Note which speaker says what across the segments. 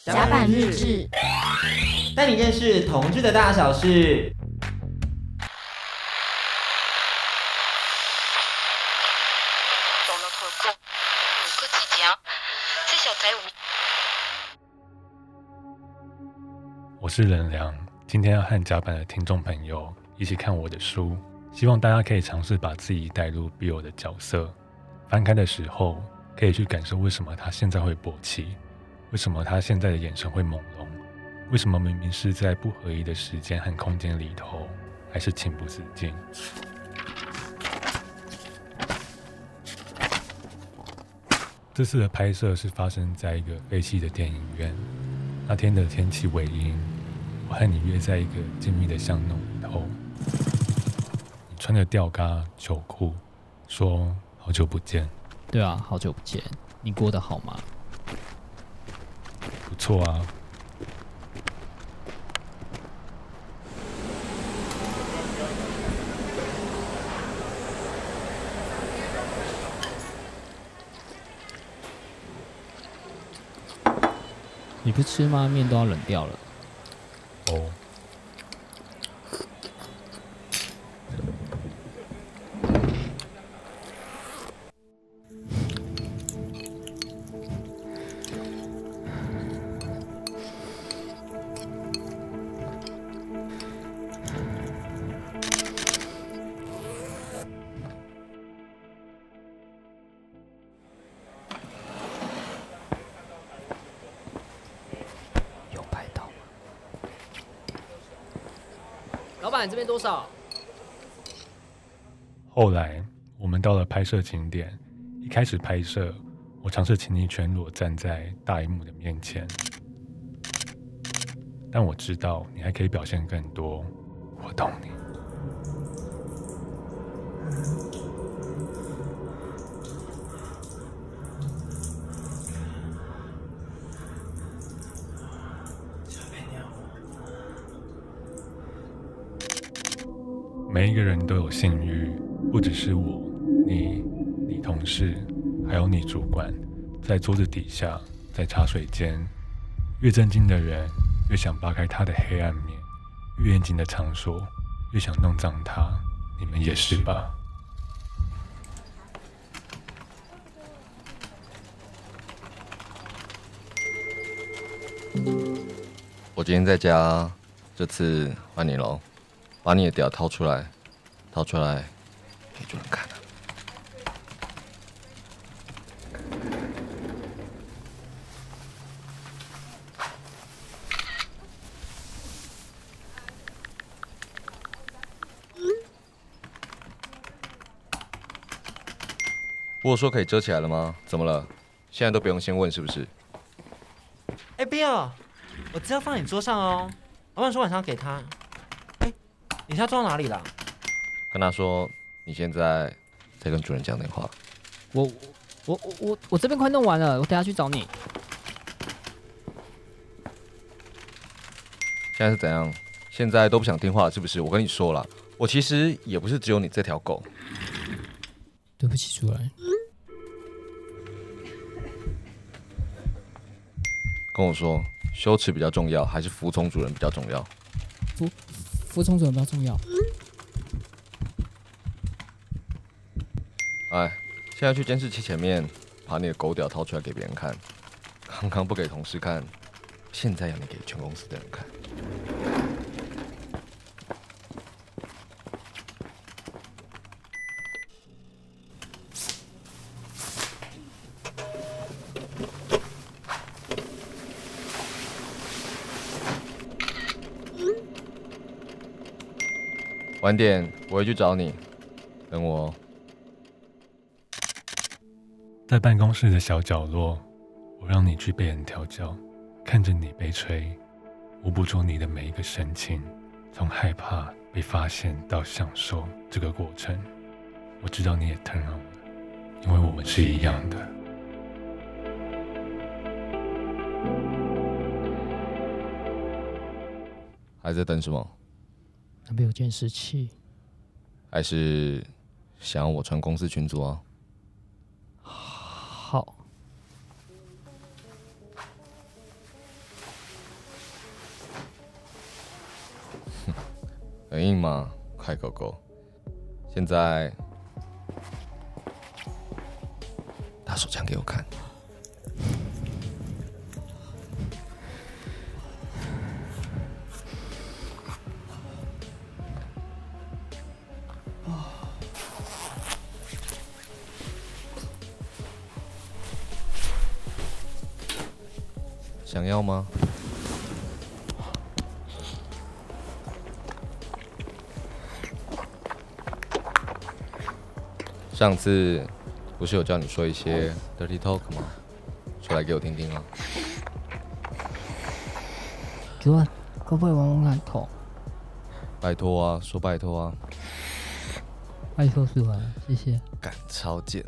Speaker 1: 甲板日志，
Speaker 2: 带你认识同志的大小事。
Speaker 3: 我是任良，今天要和甲板的听众朋友一起看我的书，希望大家可以尝试把自己带入 Bill 的角色，翻开的时候可以去感受为什么他现在会勃起，为什么他现在的眼神会朦胧，为什么明明是在不合宜的时间和空间里头，还是情不自禁。这次的拍摄是发生在一个废弃的电影院，那天的天气微阴，我和你约在一个静谧的巷弄里头。你穿着吊嘎球裤，说好久不见。
Speaker 1: 对啊，好久不见，你过得好吗？
Speaker 3: 不错啊。
Speaker 1: 你不吃吗？面都要冷掉了。
Speaker 3: 哦。
Speaker 4: 老板，这边多少？
Speaker 3: 后来我们到了拍摄景点，一开始拍摄，我尝试请你全裸站在大荧幕的面前，但我知道你还可以表现更多，我懂你。每一个人都有性欲，不只是我、你同事，还有你主管，在桌子底下，在茶水间，越震惊的人越想扒开他的黑暗面，越严谨的场所越想弄脏他，你们也是吧？
Speaker 5: 我今天在家，这次换你喽。把你的屌掏出来，给主人看啊。我说可以遮起来了吗？怎么了？现在都不用先问是不是
Speaker 2: ？Bill， 我资料放你桌上哦。老板说晚上要给他。你现在装到哪里了？
Speaker 5: 跟他说你现在在跟主人讲电话。
Speaker 4: 我这边快弄完了，我等下去找你。
Speaker 5: 现在是怎样？现在都不想听话是不是？我跟你说了，我其实也不是只有你这条狗。
Speaker 4: 对不起，主人。
Speaker 5: 跟我说，羞耻比较重要，还是服从主人比较重要？
Speaker 4: 服从主人比较重要。
Speaker 5: 哎，现在去监视器前面，把你的狗屌掏出来给别人看。刚刚不给同事看，现在要你给全公司的人看。晚点我会去找你，等我哦。
Speaker 3: 在办公室的小角落，我让你去被人调教，看着你被吹，我捕捉你的每一个神情，从害怕被发现到享受这个过程。我知道你也 turn on 了，因为我们是一样的。
Speaker 5: 还在等什么？
Speaker 4: 那边有监视器。
Speaker 5: 还是想要我传公司群组啊？
Speaker 4: 好。
Speaker 5: 很硬吗？快狗狗，现在打手枪给我看。想要吗？上次不是有叫你说一些 dirty talk 吗？说来给我听听啊。
Speaker 4: 主任，可不可以玩玩看头？
Speaker 5: 拜托啊，说拜托啊。
Speaker 4: 拜托主任，谢谢。
Speaker 5: 干超贱。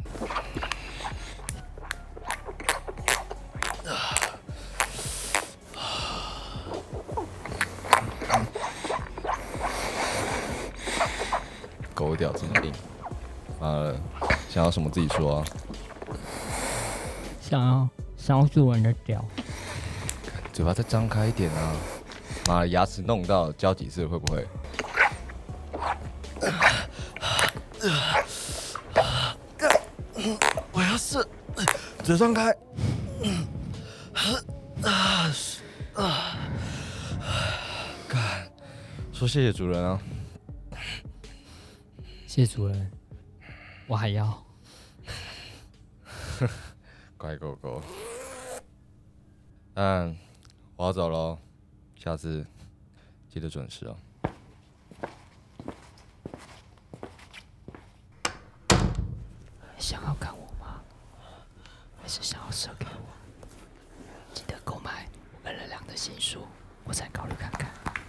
Speaker 5: 狗屌这么硬，妈的，想要什么自己说啊！
Speaker 4: 想要主人的屌。
Speaker 5: 嘴巴再张开一点啊！妈的，牙齿弄到，教几次会不会？我要是嘴张开，干，说谢谢主人啊！
Speaker 4: 谢主任，我还要。
Speaker 5: 乖狗狗，但我要走喽，下次记得准时哦。
Speaker 4: 想要看我吗？还是想要射给我？记得购买我们2的新书，我再考虑看看。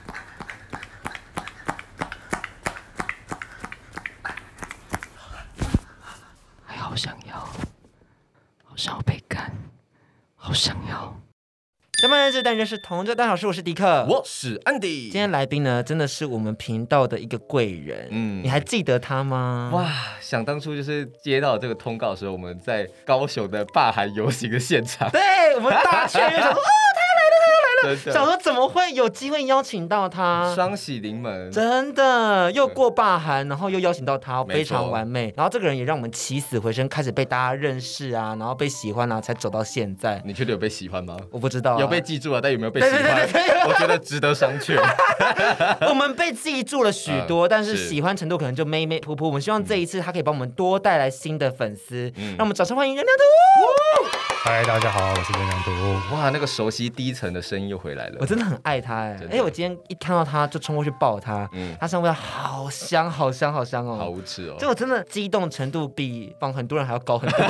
Speaker 4: 还好想要，好想要被干，好想要。
Speaker 2: 下半日单元是同桌大老师，我是迪克，
Speaker 5: 我是安迪。
Speaker 2: 今天来宾呢，真的是我们频道的一个贵人。你还记得他吗？
Speaker 5: 哇，想当初就是接到这个通告的时候，我们在高雄的罢韩游行的现场，
Speaker 2: 对我们大雀跃，想说想说怎么会有机会邀请到他？
Speaker 5: 双喜临门，
Speaker 2: 真的又过罢韩，然后又邀请到他，非常完美。然后这个人也让我们起死回生，开始被大家认识啊，然后被喜欢啊，才走到现在。
Speaker 5: 你确定有被喜欢吗？
Speaker 2: 我不知道、啊，
Speaker 5: 有被记住了，但有没有被喜欢？
Speaker 2: 对，
Speaker 5: 我觉得值得商榷。
Speaker 2: 我们被记住了许多，但是喜欢程度可能就妹妹噗噗。我们希望这一次他可以帮我们多带来新的粉丝，让我们掌声欢迎任亮图。
Speaker 3: 嗨，大家好，我是任亮图。
Speaker 5: 哇，那个熟悉低沉的声音又回来了。
Speaker 2: 我真的很爱他哎，我今天一看到他就冲过去抱他，他身上味道好香好香好香哦，
Speaker 5: 好无耻哦！
Speaker 2: 这我真的激动程度比帮很多人还要高很多。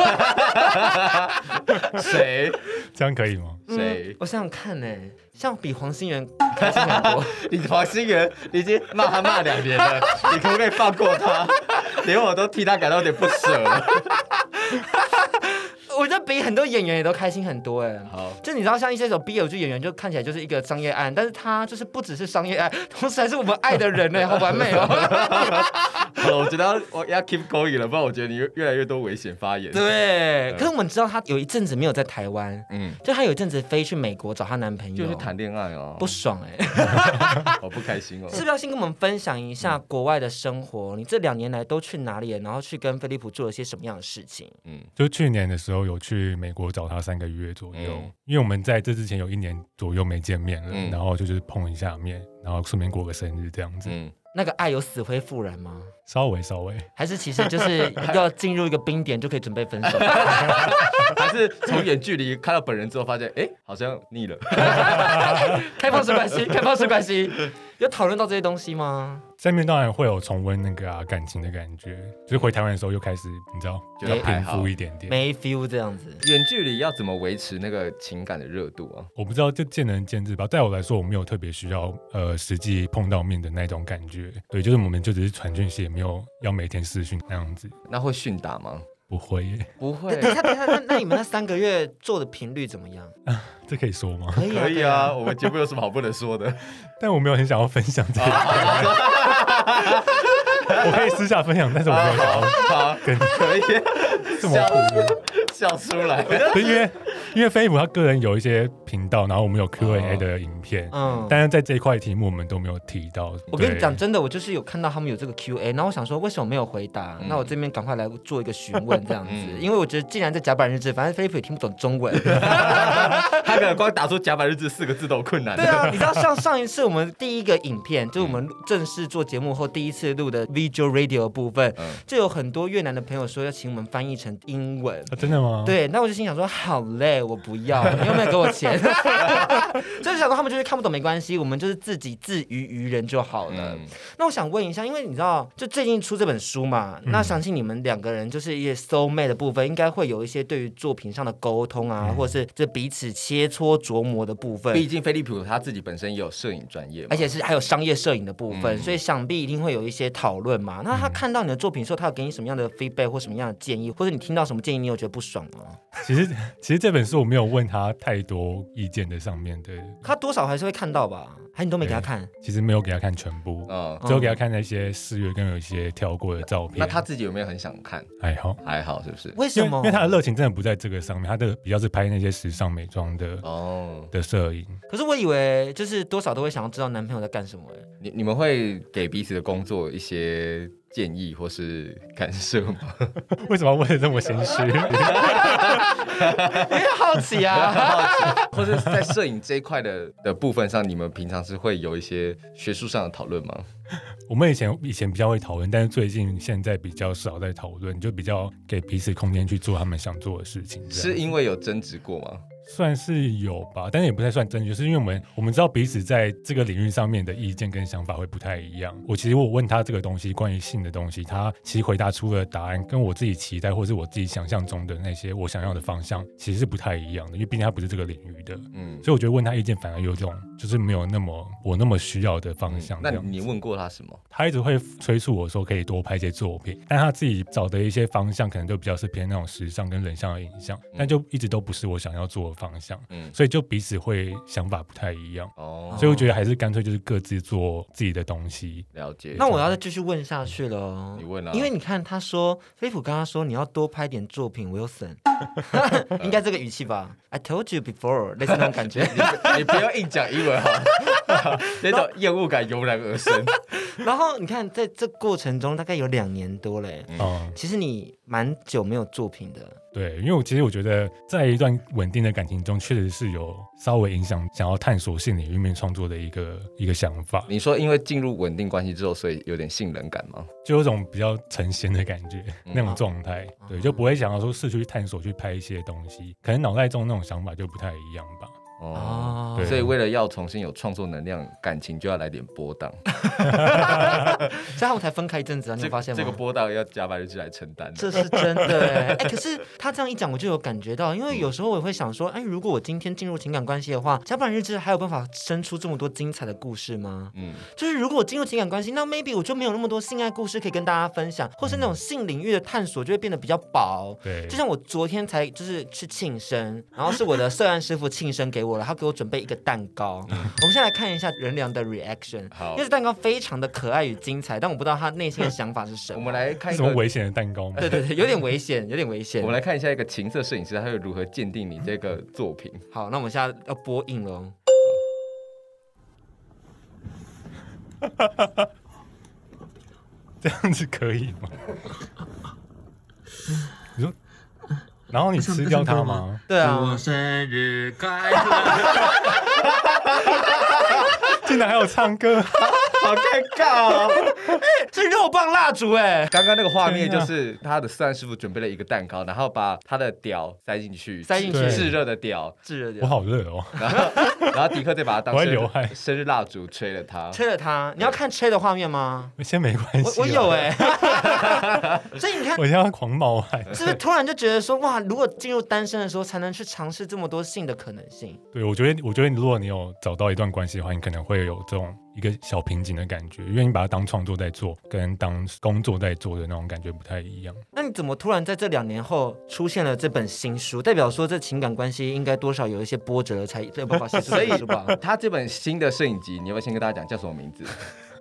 Speaker 5: 谁？
Speaker 3: 这样可以吗？
Speaker 5: 谁？
Speaker 2: 我想想看呢，像比黄心源开心很多。
Speaker 5: 你黄心源已经骂他骂2年了，你可不可以放过他？连我都替他感到有点不舍了。
Speaker 2: 我觉得比很多演员也都开心很多哎。
Speaker 5: 好，
Speaker 2: 就你知道，像一些种 BL 剧演员，就看起来就是一个商业案，但是他就是不只是商业案，同时还是我们爱的人呢，好完美哦。
Speaker 5: 好了，我觉得我要 keep going 了，不然我觉得你越来越多危险发言。
Speaker 2: 对，可是我们知道他有一阵子没有在台湾，就他有一阵子飞去美国找她男朋友，
Speaker 5: 就是谈恋爱哦，
Speaker 2: 不爽哎，
Speaker 5: 好不开心哦。
Speaker 2: 是不是要先跟我们分享一下国外的生活？你这2年来都去哪里了？然后去跟菲利普做了些什么样的事情？
Speaker 3: 就去年的时候有去美国找他3个月左右，因为我们在这之前有1年左右没见面了，然后就是碰一下面，然后顺便过个生日这样子。
Speaker 2: 那个爱有死灰复燃吗？
Speaker 3: 稍微，
Speaker 2: 还是其实就是要进入一个冰点就可以准备分手？
Speaker 5: 还是从远距离看到本人之后发现，哎，好像腻了。
Speaker 2: 开放式关系，有讨论到这些东西吗？
Speaker 3: 在面当然会有重温那个感情的感觉，就是回台湾的时候又开始你知道比较平复一点点，
Speaker 2: 没 feel 这样子。
Speaker 5: 远距离要怎么维持那个情感的热度啊？
Speaker 3: 我不知道，就见仁见智吧。对我来说，我没有特别需要实际碰到面的那种感觉。对，就是我们就只是传讯息，也没有要每天视讯那样子。
Speaker 5: 那会训打吗？
Speaker 3: 不会耶，
Speaker 5: 不会。
Speaker 2: 等一下，那你们那3个月做的频率怎么样？
Speaker 3: 这可以说吗？
Speaker 5: 可以啊，我们节目有什么好不能说的？
Speaker 3: 但我没有很想要分享这个。我可以私下分享，但是我没有想要跟
Speaker 5: 可以
Speaker 3: 这么
Speaker 5: 笑出来。
Speaker 3: 因为菲利普他个人有一些频道，然后我们有 Q&A 的影片，但是在这一块题目我们都没有提到。
Speaker 2: 我跟你讲真的，我就是有看到他们有这个 Q&A， 然后我想说为什么没有回答？那我这边赶快来做一个询问这样子，因为我觉得既然在甲板日志，反正菲利普也听不懂中文，
Speaker 5: 他可能光打出甲板日志4个字都有困难。
Speaker 2: 对啊，你知道像上一次我们第一个影片，就是我们正式做节目后第一次录的 Visual Radio 的部分，就有很多越南的朋友说要请我们翻译成英文。
Speaker 3: 真的吗？
Speaker 2: 对，那我就心想说好累，我不要，你有没有给我钱？就是想说他们就是看不懂没关系，我们就是自己自娱于人就好了。那我想问一下，因为你知道就最近出这本书嘛，那相信你们2个人就是一些 soul mate 的部分，应该会有一些对于作品上的沟通啊，或者是这彼此切磋琢磨的部分。
Speaker 5: 毕竟菲利普他自己本身也有摄影专业嘛，
Speaker 2: 而且是还有商业摄影的部分，所以想必一定会有一些讨论嘛。那他看到你的作品的时候，他有给你什么样的 feedback 或什么样的建议，或者你听到什么建议，你有觉得不爽吗？
Speaker 3: 其实这本书我没有问他太多意见的上面的，
Speaker 2: 他多少还是会看到吧？还你都没给他看？
Speaker 3: 其实没有给他看全部，只有给他看那些4月跟有一些挑过的照片。
Speaker 5: 那他自己有没有很想看？还好，是不是？
Speaker 2: 为什么？
Speaker 3: 因为他的热情真的不在这个上面，他的比较是拍那些时尚美妆的摄影。
Speaker 2: 可是我以为就是多少都会想要知道男朋友在干什么。
Speaker 5: 你们会给彼此的工作一些建议或是感受吗？
Speaker 3: 为什么要问得这么心虚？因
Speaker 2: 为好奇啊，
Speaker 5: 或者是在摄影这一块的部分上，你们平常是会有一些学术上的讨论吗？
Speaker 3: 我们以前比较会讨论，但是最近现在比较少在讨论，就比较给彼此空间去做他们想做的事情。
Speaker 5: 是因为有争执过吗？
Speaker 3: 算是有吧，但是也不太算争执，就是因为我们知道彼此在这个领域上面的意见跟想法会不太一样。其实我问他这个东西，关于性的东西，他其实回答出的答案跟我自己期待或是我自己想象中的那些我想要的方向，其实是不太一样的，因为毕竟他不是这个领域的。所以我觉得问他意见反而有种就是没有我那么需要的方向。
Speaker 5: 那你问过他什么？
Speaker 3: 他一直会催促我说可以多拍一些作品，但他自己找的一些方向可能就比较是偏那种时尚跟人像的影像，但就一直都不是我想要做的方向。所以就彼此会想法不太一样。所以我觉得还是干脆就是各自做自己的东西。
Speaker 5: 了解。
Speaker 2: 那我要再继续问下去了。
Speaker 5: 你问啊？
Speaker 2: 因为你看他说菲普刚刚说你要多拍点作品 Wilson 应该这个语气吧？ I told you before 类似那种感觉。
Speaker 5: 你不要硬讲英文好那种厌恶感油然而生。
Speaker 2: 然后你看在这过程中大概有2年多嘞，其实你蛮久没有作品的。
Speaker 3: 对，因为其实我觉得在一段稳定的感情中，确实是有稍微影响想要探索性领域面创作的一个想法。
Speaker 5: 你说因为进入稳定关系之后，所以有点性冷感吗？
Speaker 3: 就有种比较成仙的感觉，那种状态。对，就不会想要说试去探索去拍一些东西，可能脑袋中那种想法就不太一样吧。
Speaker 5: 所以为了要重新有创作能量，感情就要来点波荡。
Speaker 2: 所以他们才分开一阵子啊，你有发现吗？
Speaker 5: 这个波荡要甲板日志来承担。
Speaker 2: 这是真的可是他这样一讲，我就有感觉到，因为有时候我会想说，如果我今天进入情感关系的话，甲板日志还有办法生出这么多精彩的故事吗？就是如果我进入情感关系，那 maybe 我就没有那么多性爱故事可以跟大家分享，或是那种性领域的探索就会变得比较薄。
Speaker 3: 对，
Speaker 2: 就像我昨天才就是去庆生，然后是我的色案师傅庆生给我了，他给我准备一个蛋糕。我们现在来看一下仁良的 reaction， 因为这蛋糕非常的可爱与精彩，但我不知道他内心的想法是什么。
Speaker 5: 我们来看一个
Speaker 3: 什么危险的蛋糕吗？
Speaker 2: 对，有点危险，有点危险。
Speaker 5: 我们来看一下一个情色摄影师他会如何鉴定你这个作品。
Speaker 2: 好，那我们现在要播映了。
Speaker 3: 这样子可以吗？你说，然后你吃掉它吗？
Speaker 2: 对啊。
Speaker 4: 我生日快乐！
Speaker 3: 竟然还有唱歌，
Speaker 5: 好尴尬哦！
Speaker 2: 是肉棒蜡烛
Speaker 5: 刚刚那个画面就是他的色案师傅准备了一个蛋糕，然后把他的屌塞进去，炙热的屌，
Speaker 3: 我好热哦。
Speaker 5: 然后迪克再把它当生日蜡烛吹了它。
Speaker 2: 你要看吹的画面吗？
Speaker 3: 先没关系，
Speaker 2: 我有所以你看，
Speaker 3: 我现在狂冒汗，
Speaker 2: 是不是突然就觉得说哇，如果进入单身的时候才能去尝试这么多性的可能性？
Speaker 3: 对，我觉得如果你有找到一段关系的话，你可能会有这种一个小瓶颈的感觉，因为你把它当创作在做，跟当工作在做的那种感觉不太一样。
Speaker 2: 那你怎么突然在这2年后出现了这本新书？代表说这情感关系应该多少有一些波折才有办法写出这本书吧？
Speaker 5: 他这本新的摄影集，你要不要先跟大家讲叫什么名字？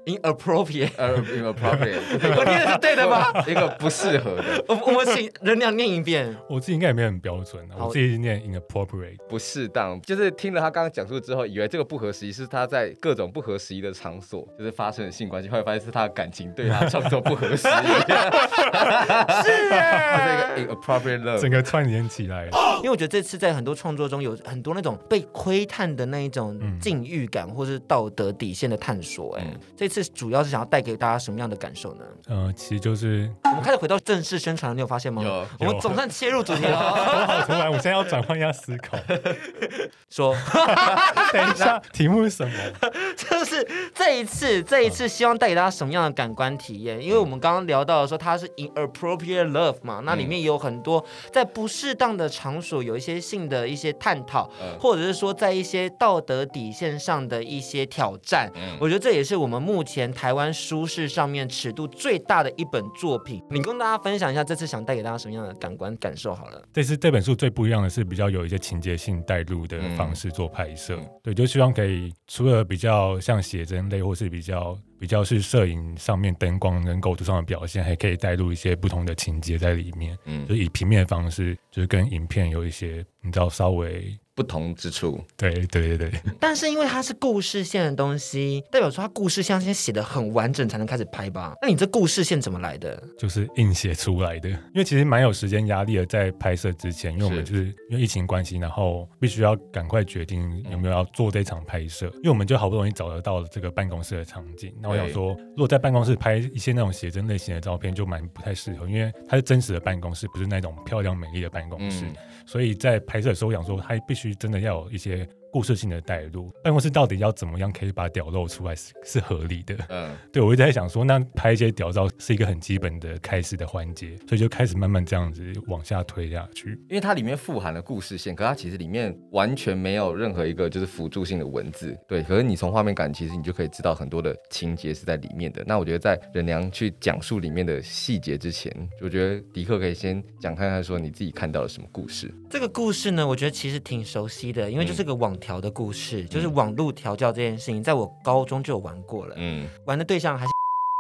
Speaker 2: inappropriate，
Speaker 5: inappropriate，
Speaker 2: 我念的是对的吗？
Speaker 5: 一个不适合的，
Speaker 2: 我们请人娘念一遍。
Speaker 3: 我自己应该也没有很标准我自己念 inappropriate，
Speaker 5: 不适当，就是听了他刚刚讲述之后，以为这个不合时宜是他在各种不合时宜的场所就是发生了性关系，后来发现是他的感情对他创作不合时宜，
Speaker 2: 是
Speaker 5: 这一个 inappropriate love，
Speaker 3: 整个串联起来。
Speaker 2: 因为我觉得这次在很多创作中有很多那种被窥探的那一种禁欲感，或是道德底线的探索。这次主要是想要带给大家什么样的感受呢？
Speaker 3: 其实就是
Speaker 2: 我们开始回到正式宣传了，你有发现吗？
Speaker 5: 有，
Speaker 2: 我们总算切入主题了。
Speaker 3: 我好突然，我现在要转换一下思考。
Speaker 2: 说，
Speaker 3: 等一下，题目是什么？
Speaker 2: 就是这一次希望带给大家什么样的感官体验？因为我们刚刚聊到的说它是 inappropriate love 嘛，那里面也有很多在不适当的场所有一些性的一些探讨，或者是说在一些道德底线上的一些挑战。我觉得这也是我们目前台湾书市上面尺度最大的一本作品。你跟大家分享一下这次想带给大家什么样的感官感受好了。
Speaker 3: 这次这本书最不一样的是比较有一些情节性带入的方式做拍摄，对，就希望可以除了比较像写真类或是比较是摄影上面灯光跟构图上的表现，还可以带入一些不同的情节在里面，就是以平面的方式，就是跟影片有一些你知道稍微
Speaker 5: 不同之处。
Speaker 3: 对。
Speaker 2: 但是因为它是故事线的东西，代表说它故事线先写得很完整才能开始拍吧？那你这故事线怎么来的？
Speaker 3: 就是硬写出来的，因为其实蛮有时间压力的，在拍摄之前，因为我们就是因为疫情关系，然后必须要赶快决定有没有要做这场拍摄，因为我们就好不容易找得到这个办公室的场景，那我想说，如果在办公室拍一些那种写真类型的照片，就蛮不太适合，因为它是真实的办公室，不是那种漂亮美丽的办公室，所以在拍摄的时候，我想说，它必须真的要有一些故事性的带入，办公室到底要怎么样可以把屌露出来是合理的。对，我一直在想说，那拍一些屌照是一个很基本的开始的环节，所以就开始慢慢这样子往下推下去。
Speaker 5: 因为它里面富含了故事线，可它其实里面完全没有任何一个就是辅助性的文字。对，可是你从画面感，其实你就可以知道很多的情节是在里面的。那我觉得在人娘去讲述里面的细节之前，我觉得迪克可以先讲看看说你自己看到了什么故事。
Speaker 2: 这个故事呢，我觉得其实挺熟悉的，因为就是个网调的故事，就是网路调教这件事情，在我高中就有玩过了。玩的对象还是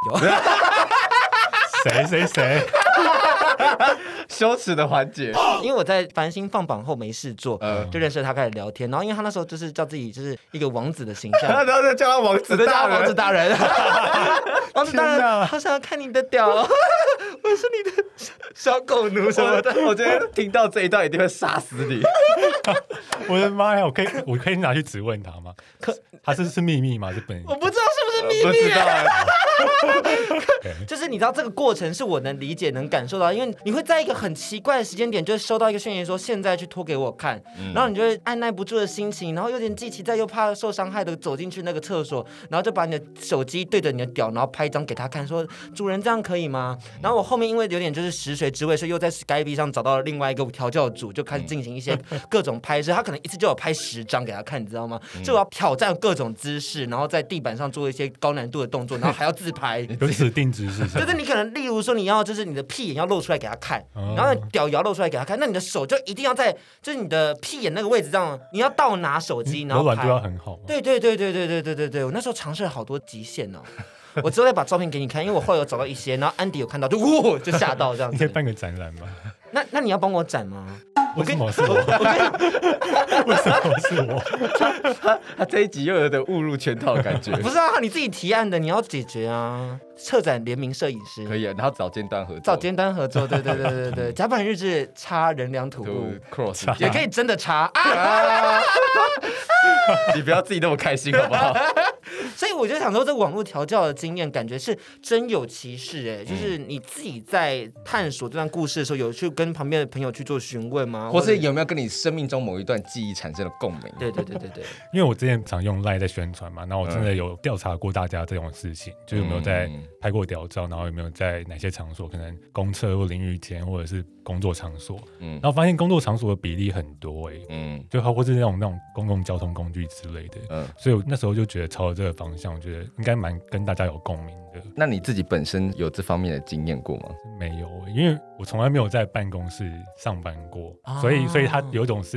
Speaker 2: 有
Speaker 3: 谁
Speaker 5: 羞耻的环节，
Speaker 2: 因为我在繁星放榜后没事做，就认识他，开始聊天。然后因为他那时候就是叫自己就是一个王子的形象，
Speaker 5: 然后再叫他王子大人，
Speaker 2: 王子大人，王子大人，好想要看你的屌，我是你的小狗奴什么的。
Speaker 5: 我觉得听到这一段一定会杀死你。
Speaker 3: 我的妈呀！我可以拿去质问他吗？他是秘密吗？是本
Speaker 2: 我不知道是不是秘密。
Speaker 5: 不知道
Speaker 2: 就是你知道这个过程是我能理解能感受到，因为你会在一个很奇怪的时间点就收到一个宣言说现在去脱给我看，然后你就会按耐不住的心情，然后有点既期待又怕受伤害的走进去那个厕所，然后就把你的手机对着你的屌，然后拍一张给他看说主人这样可以吗？然后我后面因为有点就是食髓知味，所以又在 Skype 上找到了另外一个调教组，就开始进行一些各种拍摄，他可能一次就有拍10张给他看，你知道吗？所以我要挑战各种姿势，然后在地板上做一些高难度的动作，然后还要自拍。
Speaker 3: 有指定姿势，
Speaker 2: 就是你可能例如说你要就是你的屁眼要露出来给他看，然后屌也要露出来给他看，那你的手就一定要在就是你的屁眼那个位置上，你要倒拿手机，然后
Speaker 3: 柔软度要很好。
Speaker 2: 对，我那时候尝试了好多极限哦。我之后再把照片给你看，因为我后来有找到一些，然后安迪有看到就就吓到这样子。
Speaker 3: 你可以办个展览吗？
Speaker 2: 那你要帮我展吗？
Speaker 3: 为什么是我？为什么是我？
Speaker 5: 他这一集又有点误入圈套的感觉。
Speaker 2: 不是啊，你自己提案的，你要解决啊。策展联名摄影师
Speaker 5: 可以啊，然后找尖端合作，
Speaker 2: 对，甲板日志插人梁土布
Speaker 5: cross
Speaker 2: 也可以真的插
Speaker 5: 你不要自己那么开心好不好？
Speaker 2: 所以我就想说，这网络调教的经验，感觉是真有其事哎。就是你自己在探索这段故事的时候，有去跟旁边的朋友去做询问吗？
Speaker 5: 或是有没有跟你生命中某一段记忆产生了共鸣？
Speaker 2: 对。
Speaker 3: 因为我之前常用 LINE 在宣传嘛，然后我真的有调查过大家这种事情，就有没有在拍过屌照，然后有没有在哪些场所，可能公厕或淋浴间或者是工作场所，然后发现工作场所的比例很多就或是那种公共交通工具之类的，所以我那时候就觉得朝着这个方向，我觉得应该蛮跟大家有共鸣的。
Speaker 5: 那你自己本身有这方面的经验过吗？
Speaker 3: 没有，因为我从来没有在办公室上班过，所以它有一种是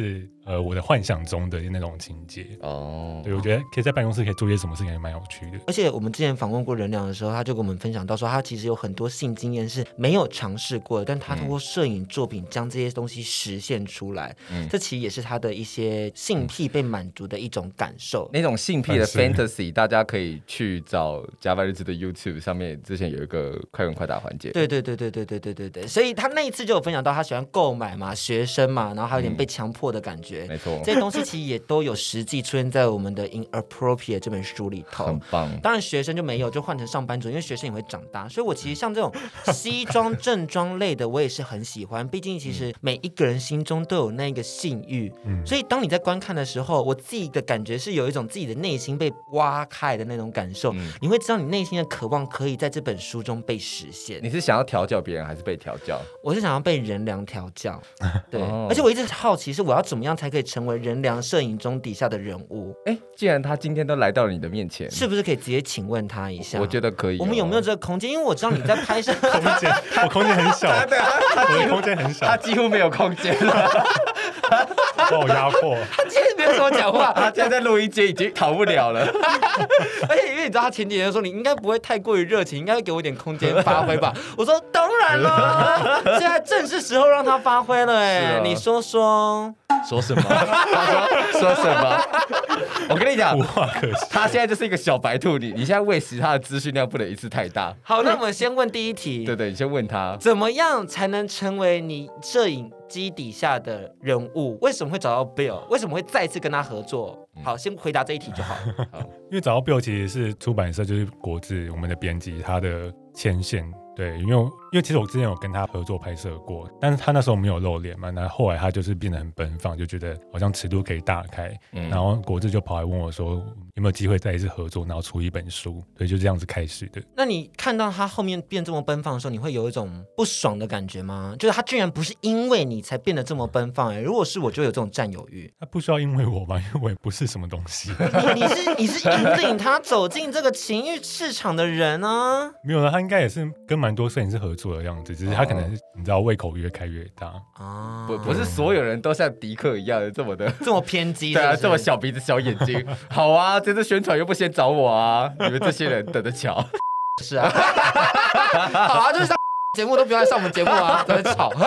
Speaker 3: 我的幻想中的那种情节。
Speaker 5: 哦，
Speaker 3: 对，我觉得可以在办公室可以做些什么事情，也蛮有趣的。
Speaker 2: 而且我们之前访问过任良的时候，他就跟我们分享到说，他其实有很多性经验是没有尝试过的，但他通过摄影作品将这些东西实现出来，这其实也是他的一些性癖被满足的一种感受。
Speaker 5: 那种性癖的 fantasy， 大家可以去找加班日志的 YouTube 上面，之前有一个快问快答环节。
Speaker 2: 对，所以他那一次就有分享到他喜欢购买嘛，学生嘛，然后还有点被强迫的感觉。
Speaker 5: 没错，
Speaker 2: 这些东西其实也都有实际出现在我们的 Inappropriate 这本书里头。
Speaker 5: 很棒。
Speaker 2: 当然学生就没有，就换成上班族，因为学生也会长大。所以我其实像这种西装正装类的，我也是很喜欢。毕竟其实每一个人心中都有那个性欲，所以当你在观看的时候，我自己的感觉是有一种自己的内心被挖开的那种感受。你会知道你内心的渴望可以在这本书中被实现。
Speaker 5: 你是想要调教别人，还是被调教？
Speaker 2: 我是想要被任良调教，对，而且我一直好奇是我要怎么样才可以成为任良摄影中底下的人物。
Speaker 5: 既然他今天都来到了你的面前，
Speaker 2: 是不是可以直接请问他一下？
Speaker 5: 我觉得可以。
Speaker 2: 我们有没有这个空间？因为我知道你在拍摄
Speaker 3: 空间，我空间很小，我的空间很小，
Speaker 5: 他几乎没有空间了，
Speaker 3: 把我压迫。
Speaker 2: 他今天没有什么讲话，
Speaker 5: 他现在在录音间已经逃不了了。
Speaker 2: 而且因为你知道他前几天说你应该不会太过于热情，应该会给我一点空间发挥吧。我说当然了，现在正是时候让他发挥了哎，你说说。
Speaker 5: 说什么？他说什么？我跟你讲，
Speaker 3: 无话可说。
Speaker 5: 他现在就是一个小白兔，你现在喂食他的资讯量不能一次太大。
Speaker 2: 好，那我们先问第一题。
Speaker 5: 对，你先问他，
Speaker 2: 怎么样才能成为你摄影机底下的人物？为什么会找到 Bill？ 为什么会再次跟他合作？好，先回答这一题就好。
Speaker 3: 因为找到 Bill 其实是出版社，就是国志我们的编辑他的牵线。对，因为其实我之前有跟他合作拍摄过，但是他那时候没有露脸嘛，那后来他就是变得很奔放，就觉得好像尺度可以大开，然后国志就跑来问我说有没有机会再一次合作，然后出一本书，对，就这样子开始的。
Speaker 2: 那你看到他后面变这么奔放的时候，你会有一种不爽的感觉吗？就是他居然不是因为你才变得这么奔放，如果是我就有这种占有欲。
Speaker 3: 他不需要因为我吧，因为我也不是什么东西。
Speaker 2: 你是引领他走进这个情欲市场的人啊。
Speaker 3: 没有了，他应该也是跟蛮多摄影师合作的样子，只是他可能是你知道胃口越开越大
Speaker 2: 啊，
Speaker 5: 不是所有人都像迪克一样的这么偏激，对啊，这么小鼻子小眼睛。好啊，这次宣传又不先找我啊，你们这些人等着瞧。
Speaker 2: 是啊，好啊，就是上节目都不要来上我们节目啊，在那吵。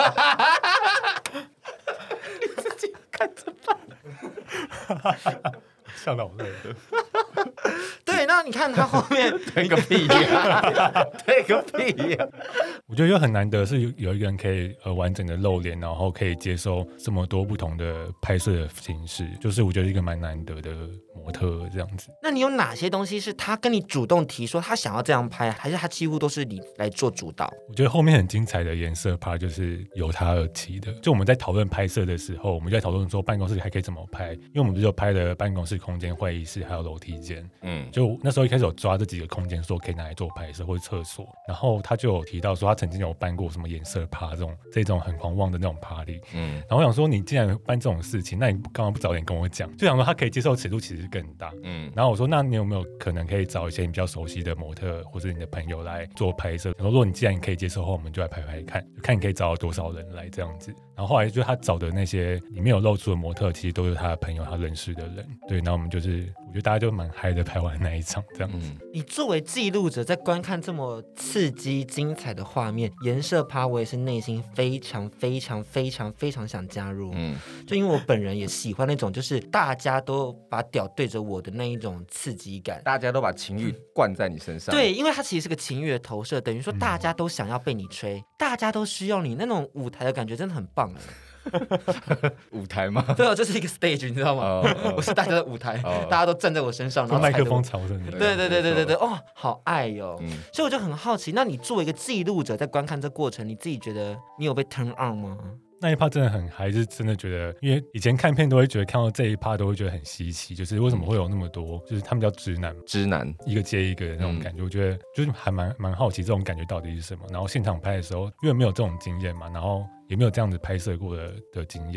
Speaker 5: 你自己看着办。
Speaker 3: 笑到我累了。
Speaker 2: 对，那你看他后面
Speaker 5: 对个屁呀，对个屁呀！
Speaker 3: 我觉得又很难得是有一个人可以完整的露脸，然后可以接受这么多不同的拍摄的形式，就是我觉得一个蛮难得的模特这样子。
Speaker 2: 那你有哪些东西是他跟你主动提说他想要这样拍，还是他几乎都是你来做主导？
Speaker 3: 我觉得后面很精彩的颜色趴就是由他而起的。就我们在讨论拍摄的时候，我们就在讨论说办公室还可以怎么拍，因为我们就拍了办公室空间、会议室还有楼梯间。就那时候一开始有抓这几个空间说可以拿来做拍摄或者厕所，然后他就有提到说他曾经有办过什么颜色趴这种很狂妄的那种 party。然后我想说你既然办这种事情，那你干嘛不早点跟我讲？就想说他可以接受尺度其实更大。然后我说那你有没有可能可以找一些你比较熟悉的模特或者你的朋友来做拍摄？然后如果你既然可以接受的话，我们就来拍拍看，就看你可以找到多少人来这样子。然后后来就他找的那些里面有露出的模特，其实都是他的朋友，他认识的人。对，然后我们就是我觉得大家就蛮嗨的拍完那一场这样子。
Speaker 2: 你作为记录者，在观看这么刺激精彩的画面，颜色趴我也是内心非常非常非常非常想加入。就因为我本人也喜欢那种就是大家都把屌对着我的那一种刺激感，
Speaker 5: 大家都把情欲灌在你身上。
Speaker 2: 对，因为它其实是个情欲的投射，等于说大家都想要被你吹，大家都需要你，那种舞台的感觉真的很棒。
Speaker 5: 舞台吗？
Speaker 2: 对啊，这是一个 stage， 你知道吗？我是大家的舞台，大家都站在我身上，然后
Speaker 3: 麦克风朝着你。
Speaker 2: 对，哦，好爱哟。所以我就很好奇，那你作为一个记录者，在观看这过程，你自己觉得你有被 turn on 吗？
Speaker 3: 那一趴真的很嗨，是真的觉得，因为以前看片都会觉得看到这一趴都会觉得很稀奇，就是为什么会有那么多，就是他们叫直男一个接一个的那种感觉，我觉得就是还蛮好奇这种感觉到底是什么。然后现场拍的时候，因为没有这种经验嘛，然后也没有这样子拍摄过的经验，然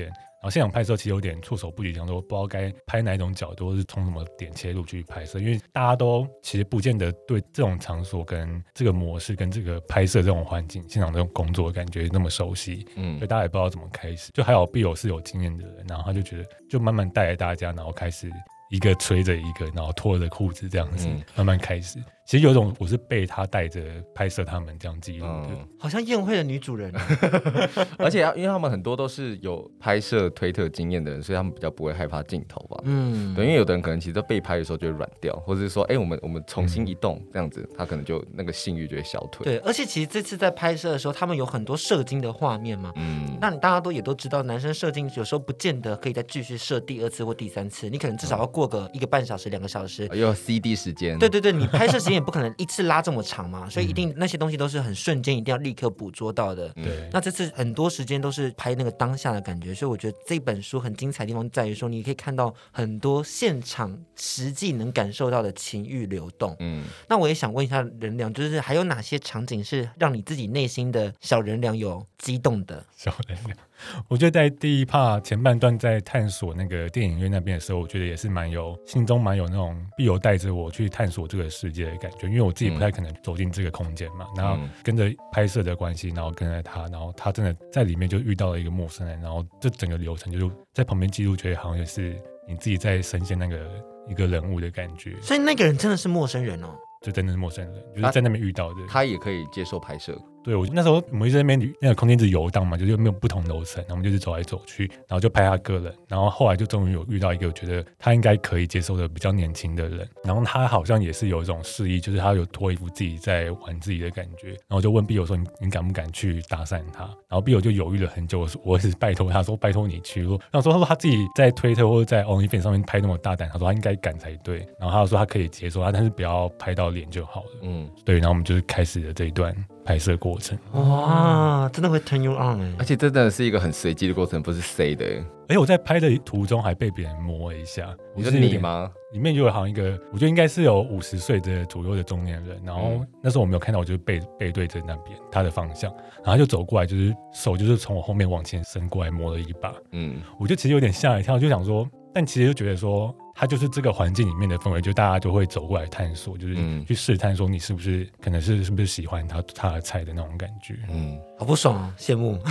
Speaker 3: 后现场拍摄其实有点措手不及，想说不知道该拍哪一种角度，或是从什么点切入去拍摄，因为大家都其实不见得对这种场所跟这个模式跟这个拍摄这种环境、现场这种工作的感觉那么熟悉，所以大家也不知道怎么开始。就还好Bill是有经验的人，然后他就觉得就慢慢带着大家，然后开始一个吹着一个，然后脱着裤子这样子，慢慢开始。其实有一种我是被他带着拍摄他们这样记录的，
Speaker 2: 好像宴会的女主人。
Speaker 5: 而且因为他们很多都是有拍摄推特经验的人，所以他们比较不会害怕镜头吧。对，因为有的人可能其实被拍的时候就会软掉，或者是说，我们重新移动这样子，他可能就那个性欲就会消退。
Speaker 2: 对，而且其实这次在拍摄的时候，他们有很多射精的画面嘛。那你大家也都知道，男生射精有时候不见得可以再继续射第二次或第三次，你可能至少要过个1个半小时、2个小时，
Speaker 5: 又有 CD 时间。
Speaker 2: 对对对，你拍摄时间也不可能一次拉这么长嘛，所以一定那些东西都是很瞬间，一定要立刻捕捉到的。
Speaker 3: 对，
Speaker 2: 那这次很多时间都是拍那个当下的感觉，所以我觉得这本书很精彩的地方在于说，你可以看到很多现场实际能感受到的情欲流动。那我也想问一下人良，就是还有哪些场景是让你自己内心的小人良有激动的？
Speaker 3: 小人良，我觉得在第一 part 前半段在探索那个电影院那边的时候，我觉得也是心中蛮有那种必有带着我去探索这个世界的感觉，因为我自己不太可能走进这个空间嘛，然后跟着拍摄的关系，然后跟着他，然后他真的在里面就遇到了一个陌生人，然后这整个流程就是在旁边记录，觉得好像也是你自己在深陷那个一个人物的感觉。
Speaker 2: 所以那个人真的是陌生人哦？
Speaker 3: 就真的是陌生人，就是在那边遇到的。
Speaker 5: 他也可以接受拍摄。
Speaker 3: 对，我那时候我们一直在那边那个空间一直游荡嘛，就是没有不同楼层，然后我们就是走来走去，然后就拍他个人，然后后来就终于有遇到一个我觉得他应该可以接受的比较年轻的人，然后他好像也是有一种示意，就是他有脱衣服自己在玩自己的感觉，然后就问 Bill 说你敢不敢去搭讪他？然后 Bill 就犹豫了很久，我是拜托他说拜托你去，然后他说他自己在推特或者在 OnlyFans 上面拍那么大胆，他说他应该敢才对，然后他说他可以接受，但是不要拍到脸就好了。对，然后我们就是开始了这一段拍摄过程。
Speaker 2: 哇，真的会 turn you on 哎！
Speaker 5: 而且这真的是一个很随机的过程，不是 say 的。
Speaker 3: 而且我在拍的途中还被别人摸了一下。
Speaker 5: 你说你吗？
Speaker 3: 里面就有好像一个，我觉得应该是有50岁的左右的中年人，然后那时候我没有看到，我就背对着那边他的方向，然后他就走过来，就是手就是从我后面往前伸过来摸了一把。我就其实有点吓一跳，就想说，但其实就觉得说，他就是这个环境里面的氛围，就大家就会走过来探索，就是去试探说你是不是可能是不是喜欢他的菜的那种感觉。
Speaker 2: 好不爽啊，羡慕。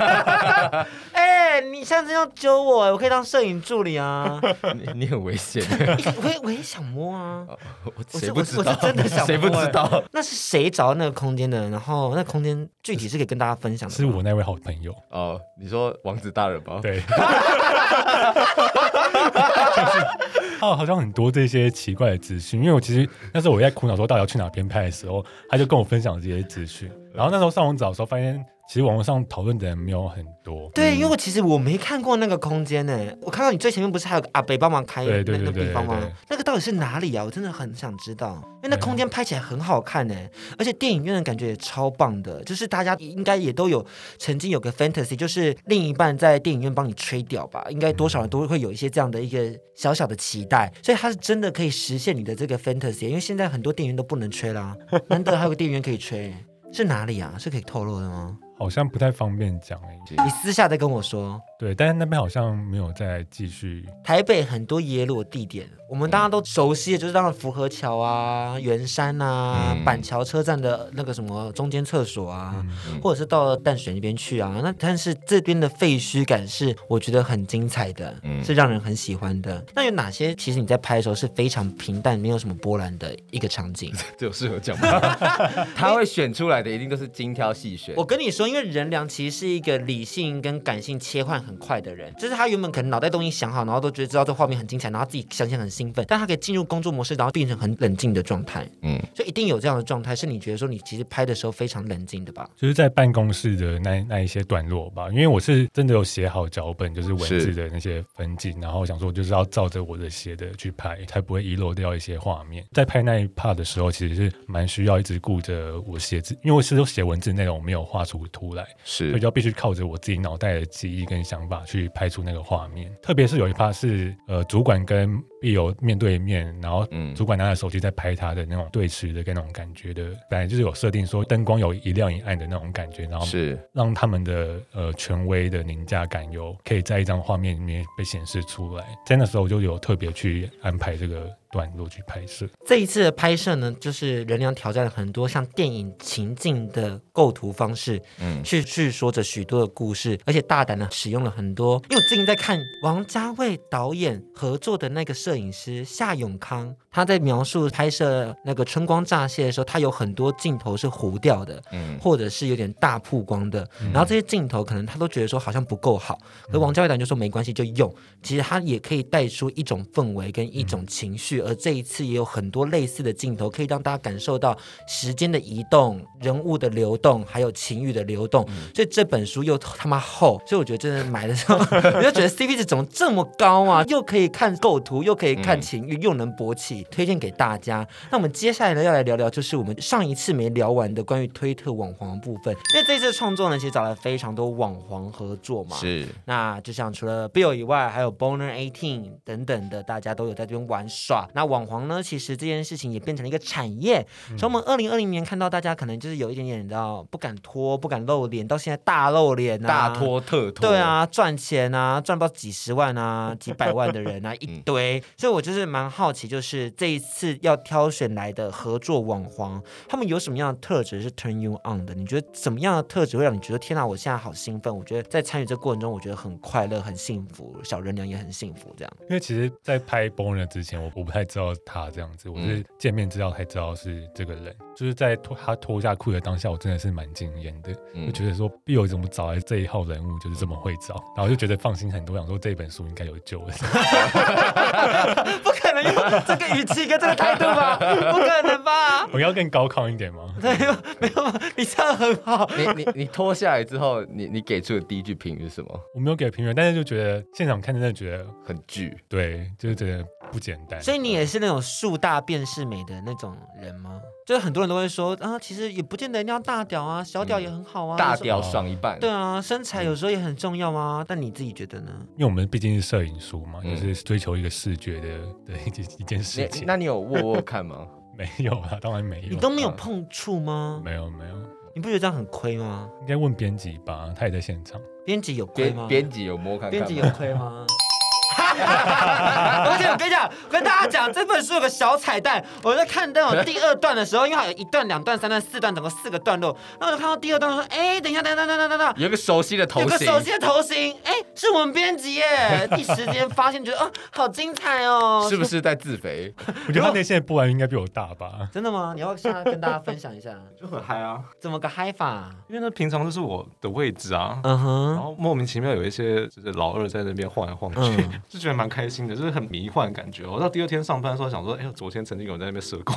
Speaker 2: 你下次要揪我，我可以当摄影助理啊。
Speaker 5: 你很危险。
Speaker 2: 我也想摸啊。
Speaker 5: 谁不知道？
Speaker 2: 我是真的想摸。
Speaker 5: 谁不知道？
Speaker 2: 那是谁找到那个空间的？然后那空间具体是可以跟大家分享的。
Speaker 3: 是我那位好朋友。
Speaker 5: 哦，你说王子大人吗？
Speaker 3: 对。他好像很多这些奇怪的资讯，因为我其实那时候我在苦恼说到底要去哪边拍的时候，他就跟我分享这些资讯。然后那时候上网找的时候，发现其实网络上讨论的人没有很多。
Speaker 2: 对，因为其实我没看过那个空间呢。我看到你最前面不是还有个阿北帮忙开那个地方吗？那个到底是哪里啊？我真的很想知道，因为那空间拍起来很好看呢，而且电影院的感觉也超棒的。就是大家应该也都有曾经有个 fantasy， 就是另一半在电影院帮你吹屌吧，应该多少人都会有一些这样的一个小小的期待，所以它是真的可以实现你的这个 fantasy。因为现在很多电影院都不能吹啦，难得还有个电影院可以吹。是哪里啊？是可以透露的吗？
Speaker 3: 好像不太方便讲
Speaker 2: 你私下再跟我说。
Speaker 3: 对，但是那边好像没有再继续。
Speaker 2: 台北很多野裸地点，我们大家都熟悉的，就是当然福和桥啊、圆山啊、板桥车站的那个什么中间厕所啊，或者是到淡水那边去啊。那但是这边的废墟感是我觉得很精彩的，是让人很喜欢的。那有哪些其实你在拍的时候是非常平淡，没有什么波澜的一个场景？
Speaker 5: 这有适合讲吗？他会选出来的一定都是精挑细选。
Speaker 2: 我跟你说，因为人良其实是一个理性跟感性切换很快的人，就是他原本可能脑袋东西想好，然后都觉得知道这画面很精彩，然后自己想象很兴奋，但他可以进入工作模式，然后变成很冷静的状态。所以一定有这样的状态，是你觉得说你其实拍的时候非常冷静的吧？
Speaker 3: 就是在办公室的那一些段落吧，因为我是真的有写好脚本，就是文字的那些分镜，然后想说就是要照着我的写的去拍，才不会遗漏掉一些画面。在拍那一 part 的时候，其实是蛮需要一直顾着我写字，因为我是都写文字内容，我没有画出图来，所以就要必须靠着我自己脑袋的记忆跟想想法去拍出那个画面。特别是有一趴是主管跟碧友面对面，然后主管拿着手机在拍他的那种对视的跟那种感觉的，本来就是有设定说灯光有一亮一暗的那种感觉，然后
Speaker 5: 是
Speaker 3: 让他们的权威的凌驾感可以在一张画面里面被显示出来。在那时候就有特别去安排这个段落去拍摄。
Speaker 2: 这一次的拍摄呢，就是人良挑战了很多像电影情境的构图方式，去叙说着许多的故事，而且大胆的使用了很多。因为我最近在看王家卫导演合作的那个摄影师夏永康，他在描述拍摄那个春光乍泄的时候，他有很多镜头是糊掉的，或者是有点大曝光的，然后这些镜头可能他都觉得说好像不够好，可王家卫导演就说没关系就用，其实他也可以带出一种氛围跟一种情绪，而这一次也有很多类似的镜头可以让大家感受到时间的移动、人物的流动还有情欲的流动，所以这本书又他妈厚，所以我觉得真的买的时候我就觉得 CP 值怎么这么高啊，又可以看构图又可以看情欲又能勃起，推荐给大家。那我们接下来呢要来聊聊就是我们上一次没聊完的关于推特网黄的部分，因为这次的创作呢其实找了非常多网黄合作嘛，
Speaker 5: 是，
Speaker 2: 那就像除了 Bill 以外还有 Boner18 等等的，大家都有在这边玩耍。那网黄呢其实这件事情也变成了一个产业，从我们2020年看到大家可能就是有一点点你知道不敢脱不敢露脸，到现在大露脸啊，
Speaker 5: 大脱特脱，
Speaker 2: 对啊，赚钱啊，赚不到几十万啊几百万的人啊一堆，所以我就是蛮好奇，就是这一次要挑选来的合作网黄，他们有什么样的特质是 turn you on 的？你觉得怎么样的特质会让你觉得天哪，我现在好兴奋？我觉得在参与这过程中，我觉得很快乐、很幸福，小人良也很幸福，这样。
Speaker 3: 因为其实，在拍 Boner 之前，我不太知道他这样子，我是见面之后才知道是这个人。就是在他脱下裤的当下，我真的是蛮惊艳的，就觉得说 Bill 怎么找来这一号人物，就是这么会找，然后就觉得放心很多，想说这本书应该有救了。
Speaker 2: 不可能用这个语气跟这个态度吧？不可能吧？
Speaker 3: 我要更高亢一点吗？
Speaker 2: 对，没有，你这样很好。
Speaker 5: 你脱下来之后，你给出的第一句评语是什么？
Speaker 3: 我没有给评语，但是就觉得现场看真的觉得
Speaker 5: 很巨，
Speaker 3: 对，就是觉得不简单。
Speaker 2: 所以你也是那种树大便是美的那种人吗？就是很多人都会说啊，其实也不见得一定要大屌啊，小屌也很好啊，
Speaker 5: 大屌爽一半。
Speaker 2: 对啊，身材有时候也很重要啊。但你自己觉得呢？
Speaker 3: 因为我们毕竟是摄影书嘛，就是追求一个视觉的一件事情。
Speaker 5: 那你有握看吗？
Speaker 3: 没有啊，当然没有。
Speaker 2: 你都没有碰触吗？
Speaker 3: 没有。
Speaker 2: 你不觉得这样很亏吗？
Speaker 3: 应该问编辑吧，他也在现场。
Speaker 2: 编辑有亏吗？
Speaker 5: 编辑有摸看看。
Speaker 2: 编辑有亏吗？而且我跟你讲，跟大家讲，这本书有个小彩蛋。我在看那种第二段的时候，因为它有1段、2段、3段、4段，整个4个段落。然后我就看到第二段，说：“哎，等一下，
Speaker 5: 有一个熟悉的头型，
Speaker 2: 有个熟悉的头型，哎，是我们编辑耶！第10间发现，觉得好精彩哦！
Speaker 5: 是不是在自肥？
Speaker 3: 我觉得他内线的波澜应该比我大吧？
Speaker 2: 真的吗？你要现在跟大家分享一下，
Speaker 6: 就很嗨啊！
Speaker 2: 怎么个嗨法？
Speaker 6: 因为那平常就是我的位置啊，
Speaker 2: 然
Speaker 6: 后莫名其妙有一些就是老二在那边晃来晃去，就觉得蛮开心的，就是很迷幻的感觉。我到第2天上班的时候想说，哎呦，昨天曾经有人在那边射过，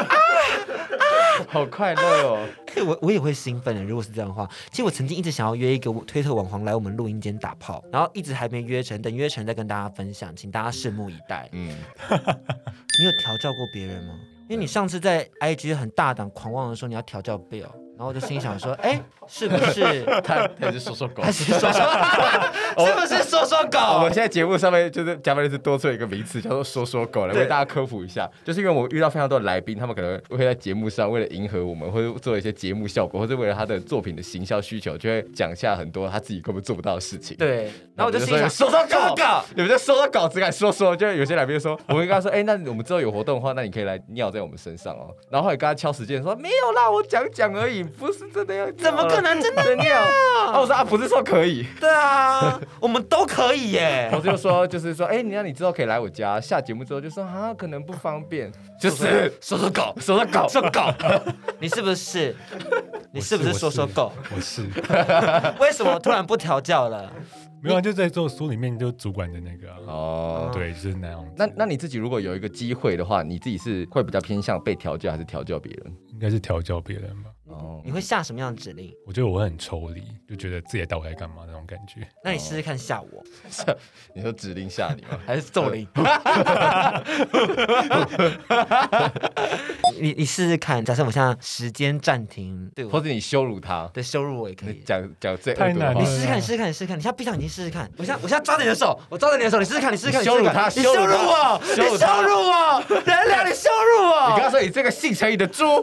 Speaker 5: 好快乐哦！
Speaker 2: 我也会兴奋的。如果是这样的话，其实我曾经一直想要约一个推特网黄来我们录音间打炮，然后一直还没约成，等约成再跟大家分享，请大家拭目以待。你有调教过别人吗？因为你上次在 IG 很大胆狂妄的说你要调教 Bill， 然后我就心想说，哎，是不是
Speaker 5: 他也是说说狗，
Speaker 2: 他是说说，是不是说说狗？
Speaker 5: 我们现在节目上面就是甲板日志多出了一个名词叫做说说狗，来为大家科普一下。就是因为我遇到非常多的来宾，他们可能会在节目上为了迎合我们，或者做一些节目效果，或者为了他的作品的行销需求，就会讲下很多他自己根本做不到的事情。
Speaker 2: 对，然后我就心想
Speaker 5: 说说狗，你们就说说狗只敢说说，就有些来宾说，我会跟他说，哎，那我们之后有活动的话，那你可以来尿在我们身上哦。然后后来跟他敲时间说，没有啦，我讲讲而已，不是真的要。
Speaker 2: 怎么可能真的
Speaker 5: 尿？我说啊，不是说可以。
Speaker 2: 对啊，我们都可以耶。
Speaker 5: 我就说，就是说，哎，你之后可以来我家，下节目之后就说啊，可能不方便，就是说说狗，说说狗，说狗。你是不是？你是不是说说狗？
Speaker 3: 我是。
Speaker 2: 为什么突然不调教了？
Speaker 3: 没有啊，就在做书里面就主管的那个哦，对，就是那样子。
Speaker 5: 那你自己如果有一个机会的话，你自己是会比较偏向被调教还是调教别人？
Speaker 3: 应该是调教别人吧。
Speaker 2: 你会下什么样的指令？
Speaker 3: 我觉得我会很抽离，就觉得自己到底在干嘛那种感觉。
Speaker 2: 那你试试看下我。
Speaker 5: 你说指令下你吗？
Speaker 2: 还是咒令？ 你试试看，假设我现在时间暂停，对，
Speaker 5: 或者你羞辱他，
Speaker 2: 对，羞辱我也可以。
Speaker 5: 讲最
Speaker 3: 太难了
Speaker 2: 你试试看，你试试看，你试试看，你现在闭上眼睛试试看。我现在抓着你的手，我抓着你的手，你试试看，你试试看，
Speaker 5: 羞辱他，
Speaker 2: 你羞辱我，你羞辱我，人俩你羞辱我。
Speaker 5: 你刚刚说你这个姓陈的猪，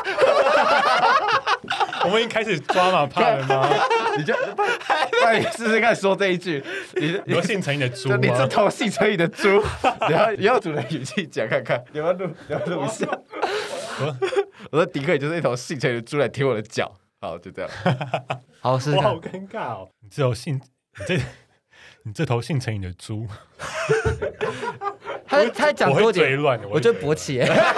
Speaker 3: 我们已经开始抓马怕了吗？
Speaker 5: 你就快试试看说这一句，
Speaker 3: 你说姓陈的猪吗？
Speaker 5: 你这头姓陈的猪，你要主人语气讲看看，有没有录一下？我说迪克，你就是一头姓陈的猪来舔我的脚。好，就这样。
Speaker 2: 好，试试看。
Speaker 3: 我好尴尬哦！你这头姓陈的猪，
Speaker 2: 他讲多点，我就勃起。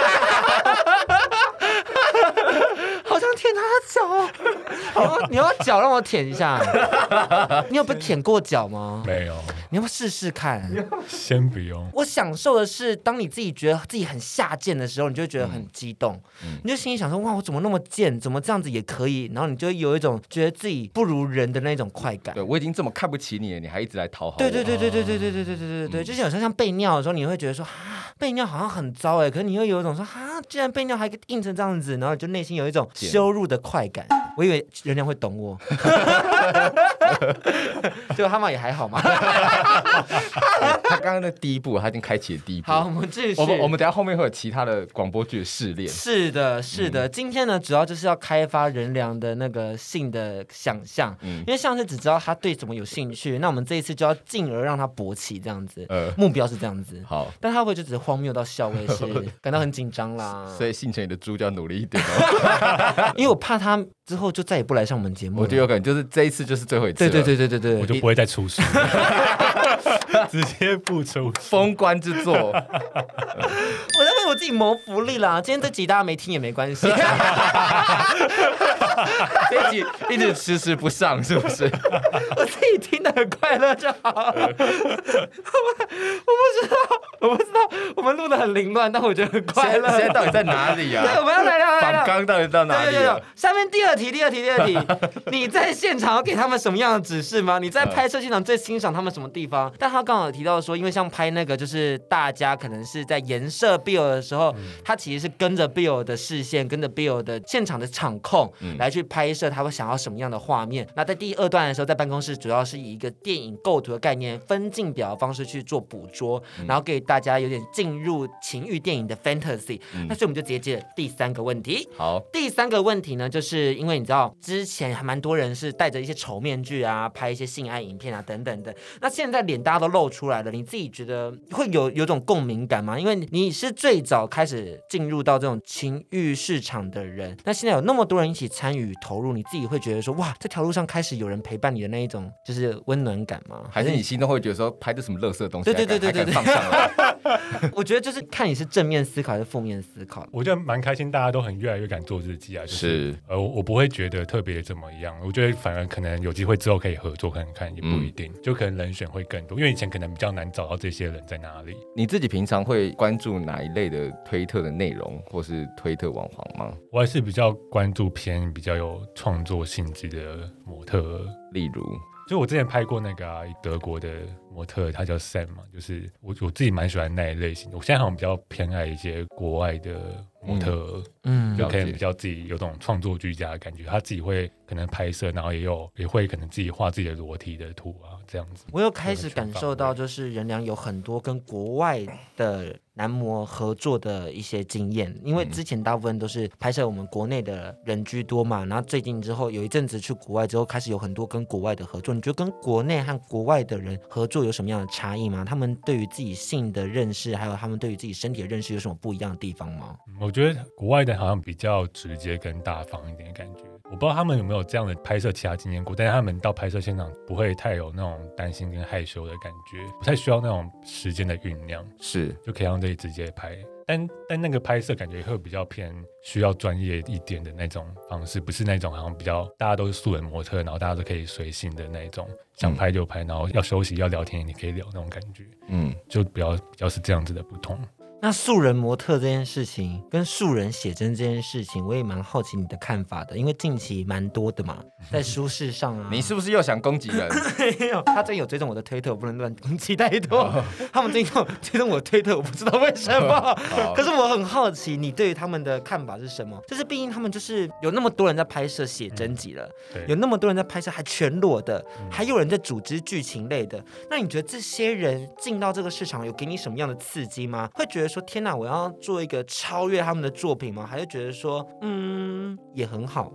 Speaker 2: 好想舔他的脚，你要脚让我舔一下。你有被舔过脚吗？
Speaker 3: 没有。
Speaker 2: 你要不要试试看？
Speaker 3: 先不用。
Speaker 2: 我享受的是，当你自己觉得自己很下贱的时候，你就会觉得很激动，你就心里想说：哇，我怎么那么贱？怎么这样子也可以？然后你就会有一种觉得自己不如人的那种快感。
Speaker 5: 对，我已经这么看不起你了，你还一直来讨好我。
Speaker 2: 对，就是有时候像被尿的时候，你会觉得说：被尿好像很糟哎，可是你会有一种说：既然被尿还硬成这样子，然后就内心有一种羞辱的快感。我以为人家会懂我，结果他们也还好嘛。
Speaker 5: 他刚刚的第一步，他已经开启了第一步。
Speaker 2: 好，我们继续。
Speaker 5: 我们等一下后面会有其他的广播剧的试炼。
Speaker 2: 是的，今天呢，主要就是要开发人良的那个性的想象，因为像是只知道他对什么有兴趣，那我们这一次就要进而让他勃起这样子。目标是这样子。
Speaker 5: 好，
Speaker 2: 但他会就只是荒谬到笑味，是感到很紧张啦。
Speaker 5: 所以姓陈的猪就要努力一点哦，
Speaker 2: 因为我怕他之后就再也不来上我们节目了。
Speaker 5: 我觉得有可能就是这一次就是最后一次。
Speaker 2: 对，
Speaker 3: 我就不会再出书，直接不出
Speaker 5: 封关之作。
Speaker 2: 我在为我自己谋福利啦。今天这集大家没听也没关系。
Speaker 5: 这一集一直迟迟不上，是不是？
Speaker 2: 我自己听得很快乐就好了。我不知道，我们录得很凌乱，但我觉得很快乐。
Speaker 5: 现在到底在哪里啊？
Speaker 2: 对，我们要来聊。
Speaker 5: 反纲到底到哪里啊？
Speaker 2: 下面第二题，你在现场要给他们什么样的指示吗？你在拍摄现场最欣赏他们什么地方？但他刚好有提到说，因为像拍那个，就是大家可能是在颜色 Bill 的时候，他其实是跟着 Bill 的视线，跟着 Bill 的现场的场控来去拍摄，他会想要什么样的画面。那在第二段的时候，在办公室主要是以一个电影构图的概念，分镜表的方式去做捕捉，然后给大家有点进入情欲电影的 fantasy。那所以我们就直接接第三个问题。
Speaker 5: 好，
Speaker 2: 第三个问题呢，就是因为你知道之前还蛮多人是戴着一些丑面具啊，拍一些性爱影片啊等等的。那现在脸大家都露出来了，你自己觉得会有种共鸣感吗？因为你是最早开始进入到这种情欲市场的人，那现在有那么多人一起参与投入，你自己会觉得说哇，这条路上开始有人陪伴你的那一种就是温暖感吗？
Speaker 5: 还是你心中会觉得说拍的什么垃圾东西？
Speaker 2: 对，
Speaker 5: 还敢放上来？
Speaker 2: 我觉得就是看你是正面思考还是负面思考。
Speaker 3: 我觉得蛮开心，大家都越来越敢做自己啊。就是我不会觉得特别怎么样，我觉得反而可能有机会之后可以合作看看，也不一定，就可能人选会更多，因为以前可能比较难找到这些人在哪里。
Speaker 5: 你自己平常会关注哪一类的推特的内容，或是推特网黄吗？
Speaker 3: 我还是比较关注偏比较有创作性质的模特，
Speaker 5: 例如。
Speaker 3: 就我之前拍过那个德国的模特，他叫 Sam 嘛，就是我自己蛮喜欢那一类型的。我现在好像比较偏爱一些国外的模特，就可能比较自己有种创作居家的感觉。他自己会可能拍摄，然后也会可能自己画自己的裸体的图啊，这样子。
Speaker 2: 我又开始感受到，就是人良有很多跟国外的男模合作的一些经验，因为之前大部分都是拍摄我们国内的人居多嘛，然后最近之后有一阵子去国外之后，开始有很多跟国外的合作。你觉得跟国内和国外的人合作有什么样的差异吗？他们对于自己性的认识，还有他们对于自己身体的认识有什么不一样的地方吗？
Speaker 3: 我觉得国外的好像比较直接跟大方一点的感觉。我不知道他们有没有这样的拍摄其他经验过，但是他们到拍摄现场不会太有那种担心跟害羞的感觉，不太需要那种时间的酝酿，
Speaker 5: 是
Speaker 3: 就可以让这里直接拍。但那个拍摄感觉会比较偏需要专业一点的那种方式，不是那种好像比较大家都是素人模特，然后大家都可以随性的那种，想拍就拍，然后要休息要聊天你可以聊那种感觉，就比较是这样子的不同。
Speaker 2: 那素人模特这件事情跟素人写真这件事情，我也蛮好奇你的看法的，因为近期蛮多的嘛，在书市上啊。
Speaker 5: 你是不是又想攻击人？
Speaker 2: 没有，他最近有追踪我的推特，我不能乱攻击太多。他们最近有追踪我的推特，我不知道为什么。可是我很好奇，你对于他们的看法是什么？就是毕竟他们就是有那么多人在拍摄写真集了，有那么多人在拍摄还全裸的，还有人在组织剧情类的。那你觉得这些人进到这个市场有给你什么样的刺激吗？会觉得说天哪，我要做一个超越他们的作品吗？还是觉得说也很好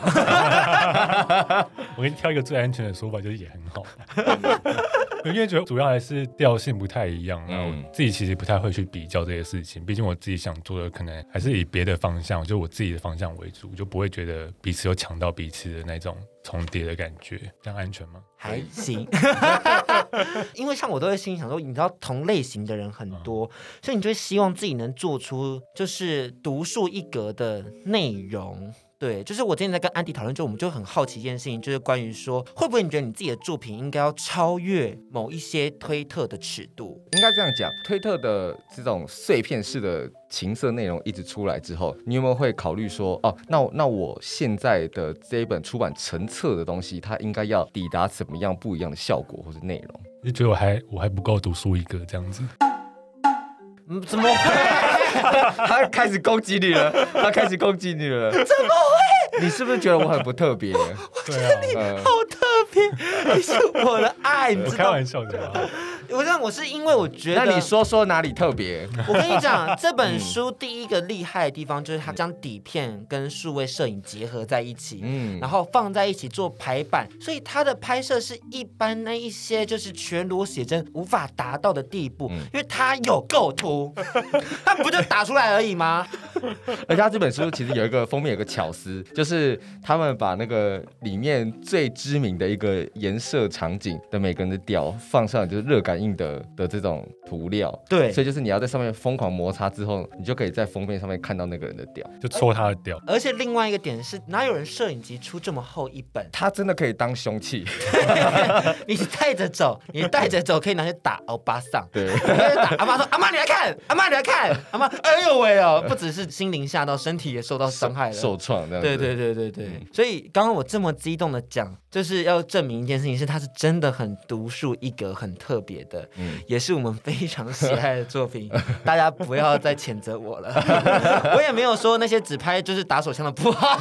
Speaker 2: 啦？
Speaker 3: 我给你挑一个最安全的说法，就是也很好。因为觉得主要还是调性不太一样，然后我自己其实不太会去比较这些事情，毕竟我自己想做的可能还是以别的方向，就我自己的方向为主，就不会觉得彼此有抢到彼此的那种重叠的感觉。这样安全吗？
Speaker 2: 还行。因为像我都会心里想说，你知道同类型的人很多，所以你就会希望自己能做出就是独树一格的内容。对，就是我之前在跟安迪讨论，就我们就很好奇一件事情，就是关于说，会不会你觉得你自己的作品应该要超越某一些推特的尺度？
Speaker 5: 应该这样讲，推特的这种碎片式的情色内容一直出来之后，你有没有会考虑说，哦，那我现在的这一本出版成册的东西，它应该要抵达怎么样不一样的效果或者内容？
Speaker 3: 就觉得我还不够独树一格这样子。
Speaker 2: 怎么会？
Speaker 5: 他开始攻击你了，他开始攻击你了，怎么会？你是不是觉得我很不特别？
Speaker 3: 对啊，
Speaker 2: 你好特别，你是我的爱，你知道？
Speaker 3: 我开玩笑的啦。
Speaker 2: 我是因为我觉得，
Speaker 5: 那你说哪里特别？
Speaker 2: 我跟你讲，这本书第一个厉害的地方就是它将底片跟数位摄影结合在一起，然后放在一起做排版，所以它的拍摄是一般那一些就是全裸写真无法达到的地步，因为它有构图，它不就打出来而已吗？
Speaker 5: 而且它这本书其实有一个封面有个巧思，就是他们把那个里面最知名的一个颜色场景的每个人的屌放上，就是热感应的这种涂料，
Speaker 2: 对，
Speaker 5: 所以就是你要在上面疯狂摩擦之后，你就可以在封面上面看到那个人的屌，
Speaker 3: 就戳他的屌。
Speaker 2: 而且另外一个点是，哪有人摄影集出这么厚一本？
Speaker 5: 他真的可以当凶器。
Speaker 2: 你带着走，可以拿去打欧巴桑。
Speaker 5: 对，
Speaker 2: 打阿妈说：“阿妈你来看，阿妈你来看，阿妈，哎呦喂哦！”不只是心灵吓到，身体也受到伤害了，
Speaker 5: 受创这样子。
Speaker 2: 对。所以刚刚我这么激动的讲，就是要证明一件事情，是它是真的很独树一格、很特别的，也是我们非常喜爱的作品。大家不要再谴责我了，我也没有说那些只拍就是打手枪的不好。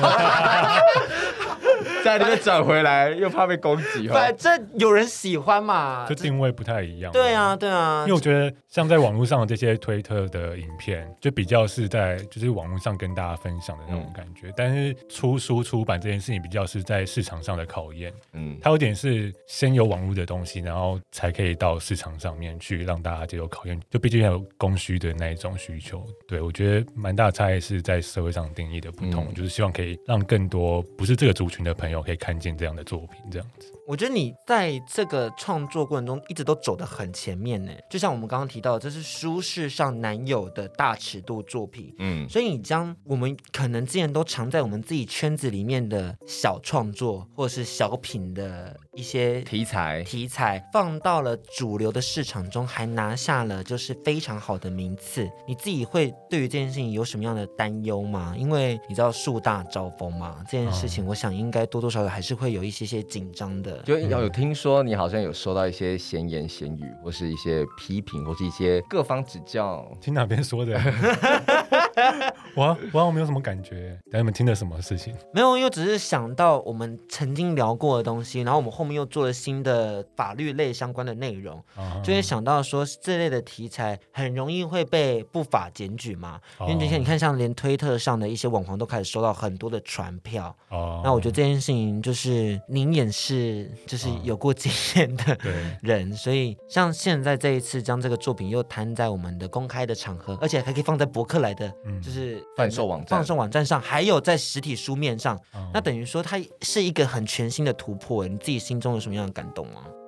Speaker 5: 在那边转回来，又怕被攻击。
Speaker 2: 反正有人喜欢嘛，
Speaker 3: 就定位不太一样。
Speaker 2: 对啊。
Speaker 3: 因为我觉得像在网络上的这些推特的影片，就比较是在就是网络上跟大家分享的那种感觉，但是出书出版这件事情比较是在市场上的考验。它有点是先有网络的东西，然后才可以到市场上面去让大家接受考验。就毕竟有供需的那一种需求。对，我觉得蛮大的差异是在社会上定义的不同，就是希望可以让更多不是这个族群的朋友可以看见这样的作品，这样子。
Speaker 2: 我觉得你在这个创作过程中一直都走得很前面呢，就像我们刚刚提到的，这是书市上难有的大尺度作品，所以你将我们可能之前都藏在我们自己圈子里面的小创作或者是小品的一些题材放到了主流的市场中，还拿下了就是非常好的名次。你自己会对于这件事情有什么样的担忧吗？因为你知道树大招风嘛，这件事情我想应该多多少少还是会有一些紧张的。
Speaker 5: 就有听说你好像有收到一些闲言闲语，或是一些批评，或是一些各方指教。
Speaker 3: 听哪边说的？我好像没有什么感觉。等你们听的什么事情？
Speaker 2: 没有，因为只是想到我们曾经聊过的东西，然后我们后面又做了新的法律类相关的内容，就会想到说这类的题材很容易会被不法检举嘛。因为你看，像连推特上的一些网红都开始收到很多的传票。那我觉得这件事情就是您也是就是有过经验的人，所以像现在这一次将这个作品又摊在我们的公开的场合，而且还可以放在博客来的就是
Speaker 5: 贩售网站
Speaker 2: 上，还有在实体书面上，那等于说它是一个很全新的突破。你自己心中有什么样的感动吗？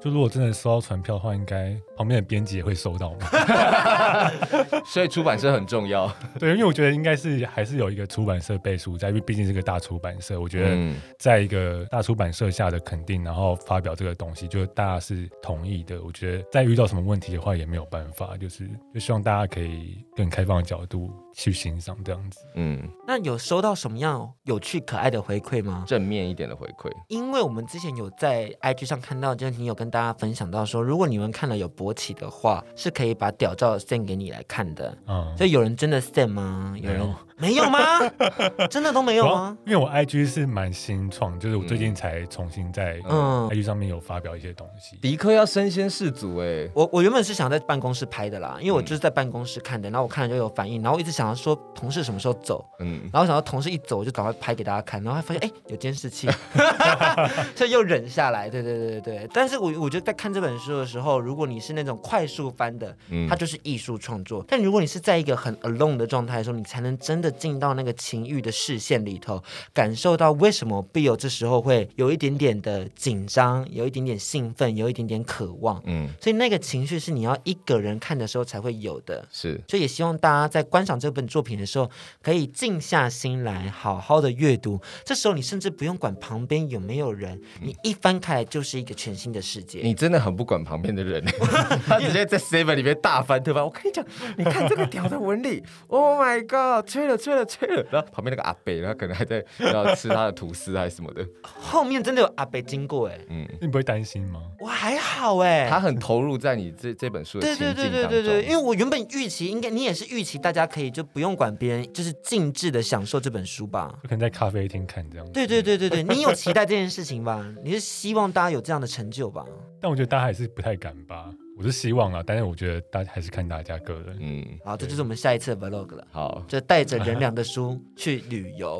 Speaker 3: 就如果真的收到传票的话，应该旁边的编辑也会收到嘛。
Speaker 5: 所以出版社很重要。
Speaker 3: 对，因为我觉得应该是还是有一个出版社背书在，因为毕竟是个大出版社。我觉得在一个大出版社下的肯定，然后发表这个东西，就大家是同意的。我觉得在遇到什么问题的话，也没有办法，就希望大家可以更开放的角度去欣赏这样子。
Speaker 2: 那有收到什么样有趣可爱的回馈吗？
Speaker 5: 正面一点的回馈。
Speaker 2: 因为我们之前有在 IG 上看到，就是你有跟大家分享到说，如果你们看了有勃起的话，是可以把屌照 send 给你来看的。所以有人真的 send 吗？有人没有吗？真的都没有吗？
Speaker 3: 因为我 IG 是蛮新创，就是我最近才重新在IG 上面有发表一些东西。
Speaker 5: 迪克要身先士卒哎！
Speaker 2: 我原本是想在办公室拍的啦，因为我就是在办公室看的，然后我看了就有反应，然后我一直想要说同事什么时候走，然后想到同事一走我就赶快拍给大家看，然后发现有监视器，所以又忍下来。对。但是我觉得在看这本书的时候，如果你是那种快速翻的，它就是艺术创作；但如果你是在一个很 alone 的状态的时候，你才能真的进到那个情欲的视线里头，感受到为什么Bill这时候会有一点点的紧张，有一点点兴奋，有一点点渴望。所以那个情绪是你要一个人看的时候才会有的。
Speaker 5: 是，
Speaker 2: 所以也希望大家在观赏这本作品的时候，可以静下心来，好好的阅读。这时候你甚至不用管旁边有没有人，你一翻开来就是一个全新的世界。
Speaker 5: 你真的很不管旁边的人，他直接在 7 里面大翻特翻。我跟你讲，你看这个屌的纹理 ，Oh my god， 吹了。然后旁边那个阿伯，他可能还在要吃他的吐司还是什么的。
Speaker 2: 后面真的有阿伯经过
Speaker 3: 你不会担心吗？
Speaker 2: 我还好
Speaker 5: 他很投入在你这本书的情境当中。
Speaker 2: 对，因为我原本预期应该你也是预期大家可以就不用管别人，就是静置的享受这本书吧。
Speaker 3: 就可能在咖啡厅看这样子。
Speaker 2: 对，你有期待这件事情吧？你是希望大家有这样的成就吧？
Speaker 3: 但我觉得大家还是不太敢吧。我是希望啦，但是我觉得大家还是看大家个人。
Speaker 2: 好，这就是我们下一次的 vlog 了。
Speaker 5: 好，
Speaker 2: 就带着仁良的书去旅游。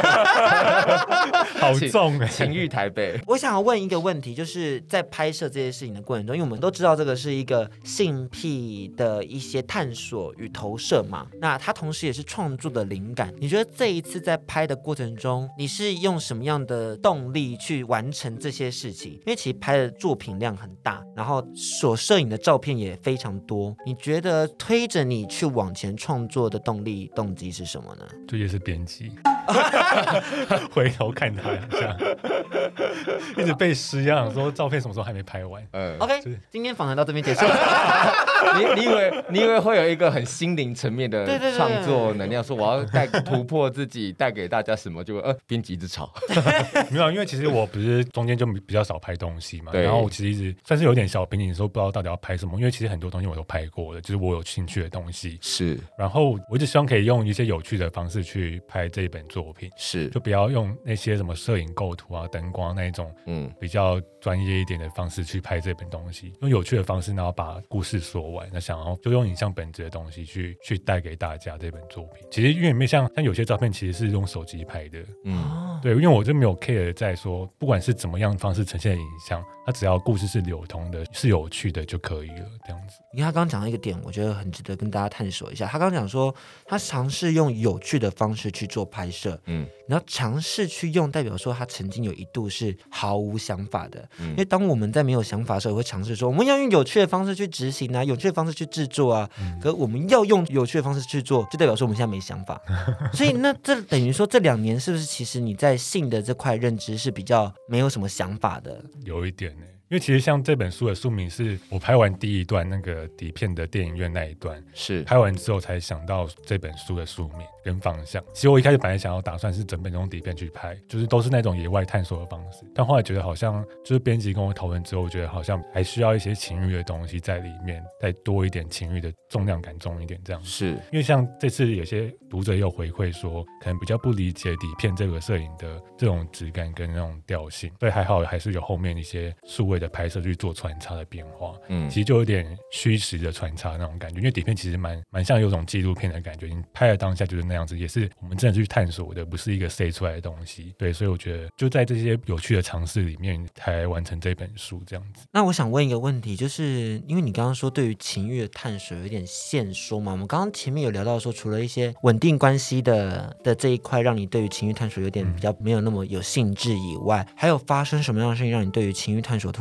Speaker 3: 好重
Speaker 5: 情欲台北。
Speaker 2: 我想要问一个问题，就是在拍摄这些事情的过程中，因为我们都知道这个是一个性癖的一些探索与投射嘛，那它同时也是创作的灵感。你觉得这一次在拍的过程中，你是用什么样的动力去完成这些事情？因为其实拍的作品量很大，然后所摄影的照片也非常多。你觉得推着你去往前创作的动机是什么呢？
Speaker 3: 这也是编辑。回头看他一下，一直被施压，说照片什么时候还没拍完。
Speaker 2: OK， 今天访谈到这边结束。
Speaker 5: 你以为会有一个很心灵层面的创作能量，说我要突破自己，带给大家什么？就编辑一直吵。
Speaker 3: 没有，因为其实我不是中间就比较少拍东西嘛，然后我其实一直算是有点小瓶颈，说不知道到底要拍什么，因为其实很多东西我都拍过了，就是我有兴趣的东西。
Speaker 5: 是，
Speaker 3: 然后我一直希望可以用一些有趣的方式去拍这一本作品，
Speaker 5: 是，
Speaker 3: 就不要用那些什么摄影构图啊、灯光那一种，比较专业一点的方式去拍这本东西，用有趣的方式，然后把故事说完。那想要就用影像本质的东西去带给大家这本作品。其实因为没像有些照片其实是用手机拍的，对，因为我就没有 care 在说，不管是怎么样的方式呈现的影像，它只要故事是流通的、是有趣的就可以了，这样子。
Speaker 2: 因为他刚刚讲到一个点，我觉得很值得跟大家探索一下。他刚刚讲说，他尝试用有趣的方式去做拍摄，然后尝试去用，代表说他曾经有一度是毫无想法的。因为当我们在没有想法的时候，会尝试说我们要用有趣的方式去执行啊，有趣的方式去制作啊。可我们要用有趣的方式去做，就代表说我们现在没想法。所以那这等于说这2年是不是其实你在性的这块认知是比较没有什么想法的？
Speaker 3: 有一点因为其实像这本书的书名是我拍完第一段那个底片的电影院那一段，
Speaker 5: 是
Speaker 3: 拍完之后才想到这本书的书名跟方向。其实我一开始本来想要打算是整本用底片去拍，就是都是那种野外探索的方式，但后来觉得好像就是编辑跟我讨论之后，我觉得好像还需要一些情欲的东西在里面，再多一点情欲的重量感重一点这样。
Speaker 5: 是
Speaker 3: 因为像这次有些读者也有回馈说，可能比较不理解底片这个摄影的这种质感跟那种调性，所以还好还是有后面一些数位的拍摄去做穿插的变化。其实就有点虚实的穿插那种感觉，因为底片其实蛮像有种纪录片的感觉，你拍的当下就是那样子，也是我们真的去探索的，不是一个塞出来的东西。对，所以我觉得就在这些有趣的尝试里面才完成这本书这样子。
Speaker 2: 那我想问一个问题，就是因为你刚刚说对于情欲的探索有点限缩嘛，我们刚刚前面有聊到说，除了一些稳定关系的这一块让你对于情欲探索有点比较没有那么有兴致以外，还有发生什么样的事情让你对于情欲探索突然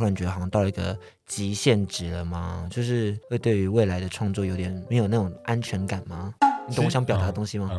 Speaker 2: 然觉得好像到了一个极限值了吗？就是会对于未来的创作有点没有那种安全感吗？你懂我想表达的东西吗？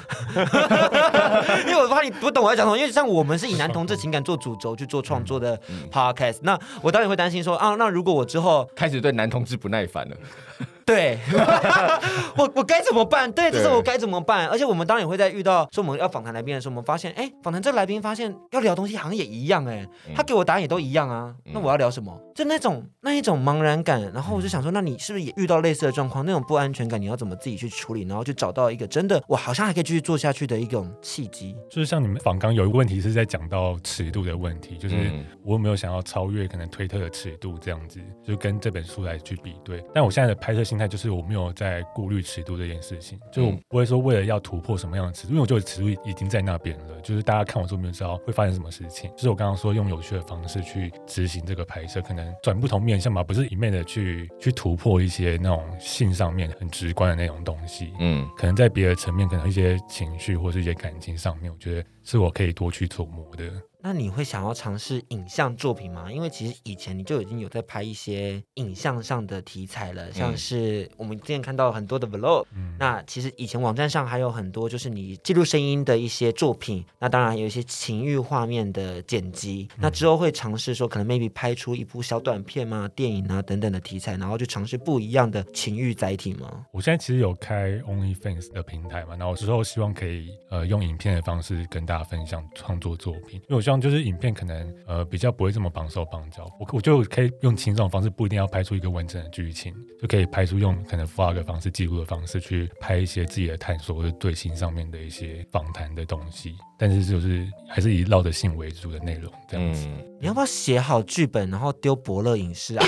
Speaker 2: 因为我怕你不懂我要讲什么，因为像我们是以男同志情感做主轴去做创作的 podcast，那我当然会担心说啊，那如果我之后
Speaker 5: 开始对男同志不耐烦了。
Speaker 2: 对，我该怎么办？对，这是我该怎么办？而且我们当然也会在遇到说我们要访谈来宾的时候，我们发现，访谈这个来宾发现要聊的东西好像也一样，他给我答案也都一样啊，那我要聊什么？就那一种茫然感。然后我就想说，那你是不是也遇到类似的状况？那种不安全感，你要怎么自己去处理？然后去找到一个真的我好像还可以继续做下去的一种契机。
Speaker 3: 就是像你们访纲有一个问题是在讲到尺度的问题，就是我有没有想要超越可能推特的尺度这样子，就跟这本书来去比对。但我现在的拍摄心态就是我没有在顾虑尺度这件事情，就我不会说为了要突破什么样的尺度，因为我觉得尺度已经在那边了，就是大家看我之后没有知道会发生什么事情。就是我刚刚说用有趣的方式去执行这个拍摄，可能转不同面向嘛，不是一昧的去突破一些那种性上面很直观的那种东西，可能在别的层面，可能一些情绪或是一些感情上面，我觉得是我可以多去琢磨的。
Speaker 2: 那你会想要尝试影像作品吗？因为其实以前你就已经有在拍一些影像上的题材了，像是我们之前看到很多的 vlog，那其实以前网站上还有很多就是你记录声音的一些作品，那当然有一些情欲画面的剪辑，那之后会尝试说可能 maybe 拍出一部小短片啊、电影啊等等的题材，然后就尝试不一样的情欲载体吗？
Speaker 3: 我现在其实有开 OnlyFans 的平台嘛，然后之后希望可以用影片的方式跟大家分享创作作品，因为我希望就是影片可能比较不会这么绑手绑脚，我就可以用轻松的方式，不一定要拍出一个完整的剧情，就可以拍出用可能 vlog 的方式、记录的方式去拍一些自己的探索或者对性上面的一些访谈的东西，但是就是还是以绕着性为主的内容这样子。
Speaker 2: 你要不要写好剧本，然后丢伯乐影视啊？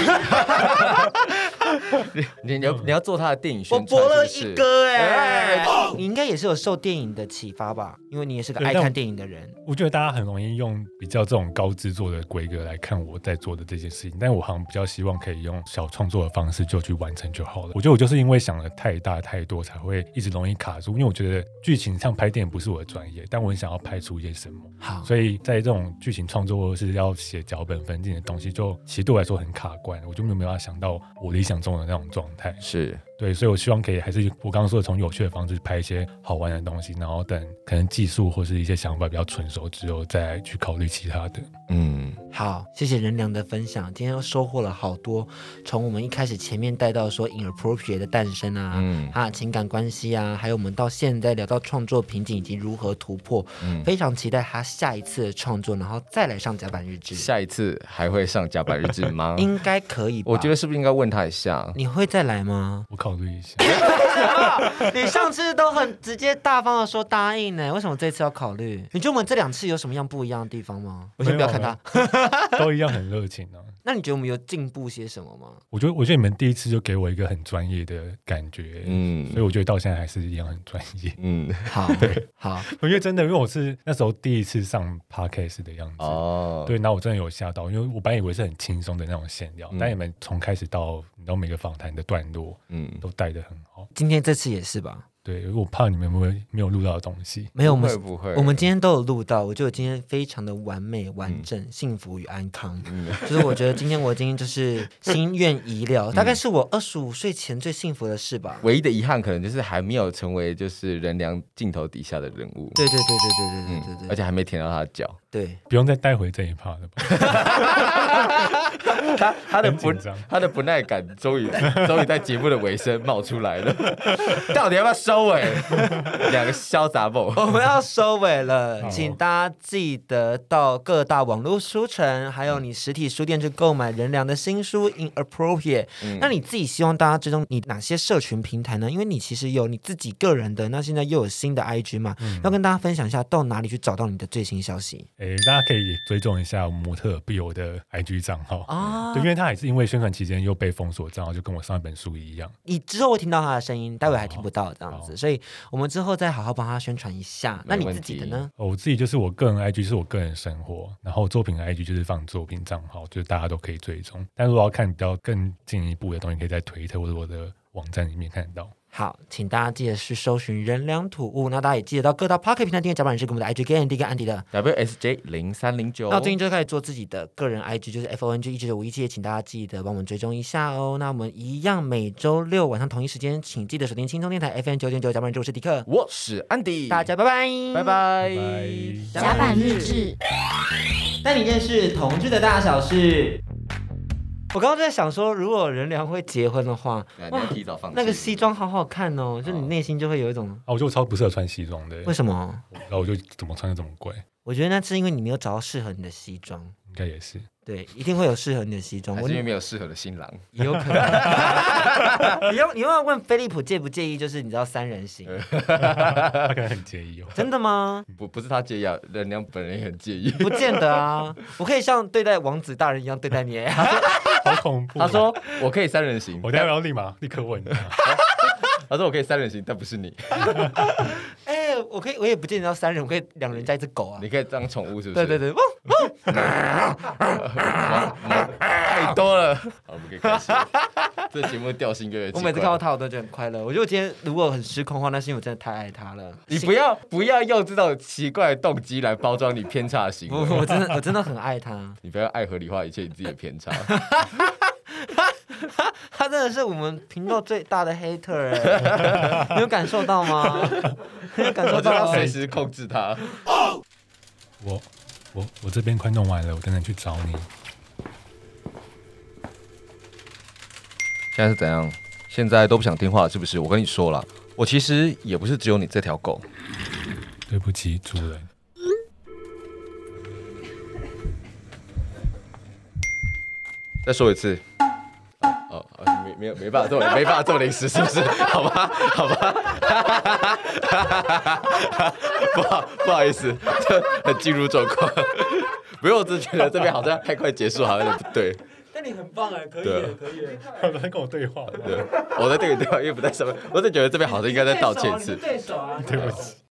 Speaker 5: 你要做他的电影宣传，
Speaker 2: 我伯乐一哥你应该也是有受电影的启发吧？因为你也是个爱看电影的人。
Speaker 3: 我觉得大家很容易用比较这种高制作的规格来看我在做的这件事情，但我好像比较希望可以用小创作的方式就去完成就好了。我觉得我就是因为想的太大太多，才会一直容易卡住。因为我觉得剧情像拍电影不是我的专业，但我很想要拍出一些什么。
Speaker 2: 好，
Speaker 3: 所以在这种剧情创作或者是要写脚本分镜的东西，就其实对我来说很卡关，我就没有办法想到我理想中的那种状态。
Speaker 5: 是
Speaker 3: 对，所以我希望可以还是我刚刚说的，从有趣的方式拍一些好玩的东西，然后等可能技术或是一些想法比较成熟之后，再去考虑其他的。
Speaker 2: 好，谢谢仁良的分享，今天又收获了好多，从我们一开始前面带到说 inappropriate 的诞生啊，情感关系啊，还有我们到现在聊到创作瓶颈以及如何突破，非常期待他下一次的创作，然后再来上甲板日志。
Speaker 5: 下一次还会上甲板日志吗？
Speaker 2: 应该可以吧？
Speaker 5: 我觉得是不是应该问他一下？
Speaker 2: 你会再来吗？
Speaker 3: 我考虑一下。
Speaker 2: 你上次都很直接大方的说答应呢，为什么这次要考虑？你觉得我们这2次有什么样不一样的地方吗？我先不要看他，
Speaker 3: 都一样很热情啊。
Speaker 2: 那你觉得我们有进步些什么吗？
Speaker 3: 我觉得你们第一次就给我一个很专业的感觉，所以我觉得到现在还是一样很专业。
Speaker 2: 好，对，好，
Speaker 3: 我觉得真的，因为我是那时候第一次上 podcast 的样子，对，然后我真的有吓到，因为我本来以为是很轻松的那种闲聊，但你们从开始到你知道每个访谈的段落，都带得很好。
Speaker 2: 今天这次也是吧？
Speaker 3: 对，我怕你们没有录到的东西。
Speaker 2: 没有，
Speaker 5: 不会，
Speaker 2: 我们今天都有录到。我觉得今天非常的完美、完整、幸福与安康。就是我觉得今天我已经就是心愿已了，大概是我25岁前最幸福的事吧。
Speaker 5: 唯一的遗憾可能就是还没有成为就是仁良镜头底下的人物。
Speaker 2: 对，
Speaker 5: 而且还没舔到他的脚。
Speaker 2: 对，
Speaker 3: 不用再带回这一趴了吧？
Speaker 5: 他的不耐感终于在节目的尾声冒出来了。到底要不要收尾？2个潇洒某，
Speaker 2: 我们要收尾了，请大家记得到各大网络书城，还有你实体书店去购买仁良的新书 Inappropriate。那你自己希望大家追踪你哪些社群平台呢？因为你其实有你自己个人的，那现在又有新的 IG 嘛，要跟大家分享一下到哪里去找到你的最新消息。
Speaker 3: 大家可以追踪一下模特必有的 IG 账号对，因为他也是因为宣传期间又被封锁账号，就跟我上一本书一样。
Speaker 2: 你之后会听到他的声音，待会还听不到这样子，所以我们之后再好好帮他宣传一下。那你自己的呢？
Speaker 3: 我自己就是我个人 IG 是我个人生活，然后作品的 IG 就是放作品账号，就是大家都可以追踪。但如果要看比较更进一步的东西，可以在推特或者我的网站里面看得到。
Speaker 2: 好，请大家记得是搜寻人良土物，那大家也记得到各大 Pocket 平台订阅甲板人士跟我们的 IG 跟 Andy 跟安迪的
Speaker 5: WSJ0309。
Speaker 2: 那我最近就开始做自己的个人 IG， 就是 FONG19517，也请大家记得帮我们追踪一下哦。那我们一样每周六晚上同一时间，请记得锁定轻松电台 FM9.9甲板人士，我是迪克，
Speaker 5: 我是安迪，
Speaker 2: 大家拜拜，
Speaker 5: 拜拜。
Speaker 4: 甲板日志，
Speaker 2: 带你认识同志的大小事。我刚刚就在想说，如果人良会结婚的话，
Speaker 5: 你要提早放弃
Speaker 2: 那个西装好好看哦，就你内心就会有一种，
Speaker 3: 我觉得我超不适合穿西装的，
Speaker 2: 为什么？
Speaker 3: 然后我就怎么穿就这么贵，
Speaker 2: 我觉得那是因为你没有找到适合你的西装。
Speaker 3: 应该也是。
Speaker 2: 对，一定会有适合你的西装。
Speaker 5: 还是因为没有适合的新郎，
Speaker 2: 也有可能。你要问飞利浦介不介意？就是你知道3人行，
Speaker 3: 他可能很介意哦。
Speaker 2: 真的吗？
Speaker 5: 不是他介意啊，人娘本人也很介意。
Speaker 2: 不见得啊，我可以像对待王子大人一样对待你。
Speaker 3: 好恐怖。
Speaker 5: 他说我可以3人行，
Speaker 3: 我待会要立刻问。
Speaker 5: 他说我可以3人行，但不是你。
Speaker 2: 我也不见得要3人，我可以2人加一只狗啊。
Speaker 5: 你可以当宠物是不是？
Speaker 2: 对对对，
Speaker 5: 太多了。好，我们可以开始。这节目调性越来越奇怪。
Speaker 2: 我每次看到他，我都觉得很快乐。我觉得我今天如果很失控的话，那是因为我真的太爱他了。
Speaker 5: 你不要用这种奇怪的动机来包装你偏差的行为。
Speaker 2: 我真的很爱他。
Speaker 5: 你不要爱合理化一切你自己的偏差。
Speaker 2: 他真的是我们频道最大的 hater 哎，你有感受到吗？你有感受到吗？
Speaker 5: 我要随时控制他。
Speaker 3: 我这边快弄完了，我等等去找你。
Speaker 5: 现在是怎样？现在都不想听话是不是？我跟你说了，我其实也不是只有你这条狗。
Speaker 3: 对不起，主人。
Speaker 5: 再说一次。没办法这么临时，是不是？好吧，不好意思，这很进入状况。不用，我只觉得这边好像太快结束，好像有点不对。
Speaker 2: 但你很棒哎，可以可以。
Speaker 3: 他在跟我对话。
Speaker 5: 对，我在跟你对话，因为不在上面，我只觉得这边好像应该再道歉一次。
Speaker 2: 对手啊，
Speaker 3: 对不起。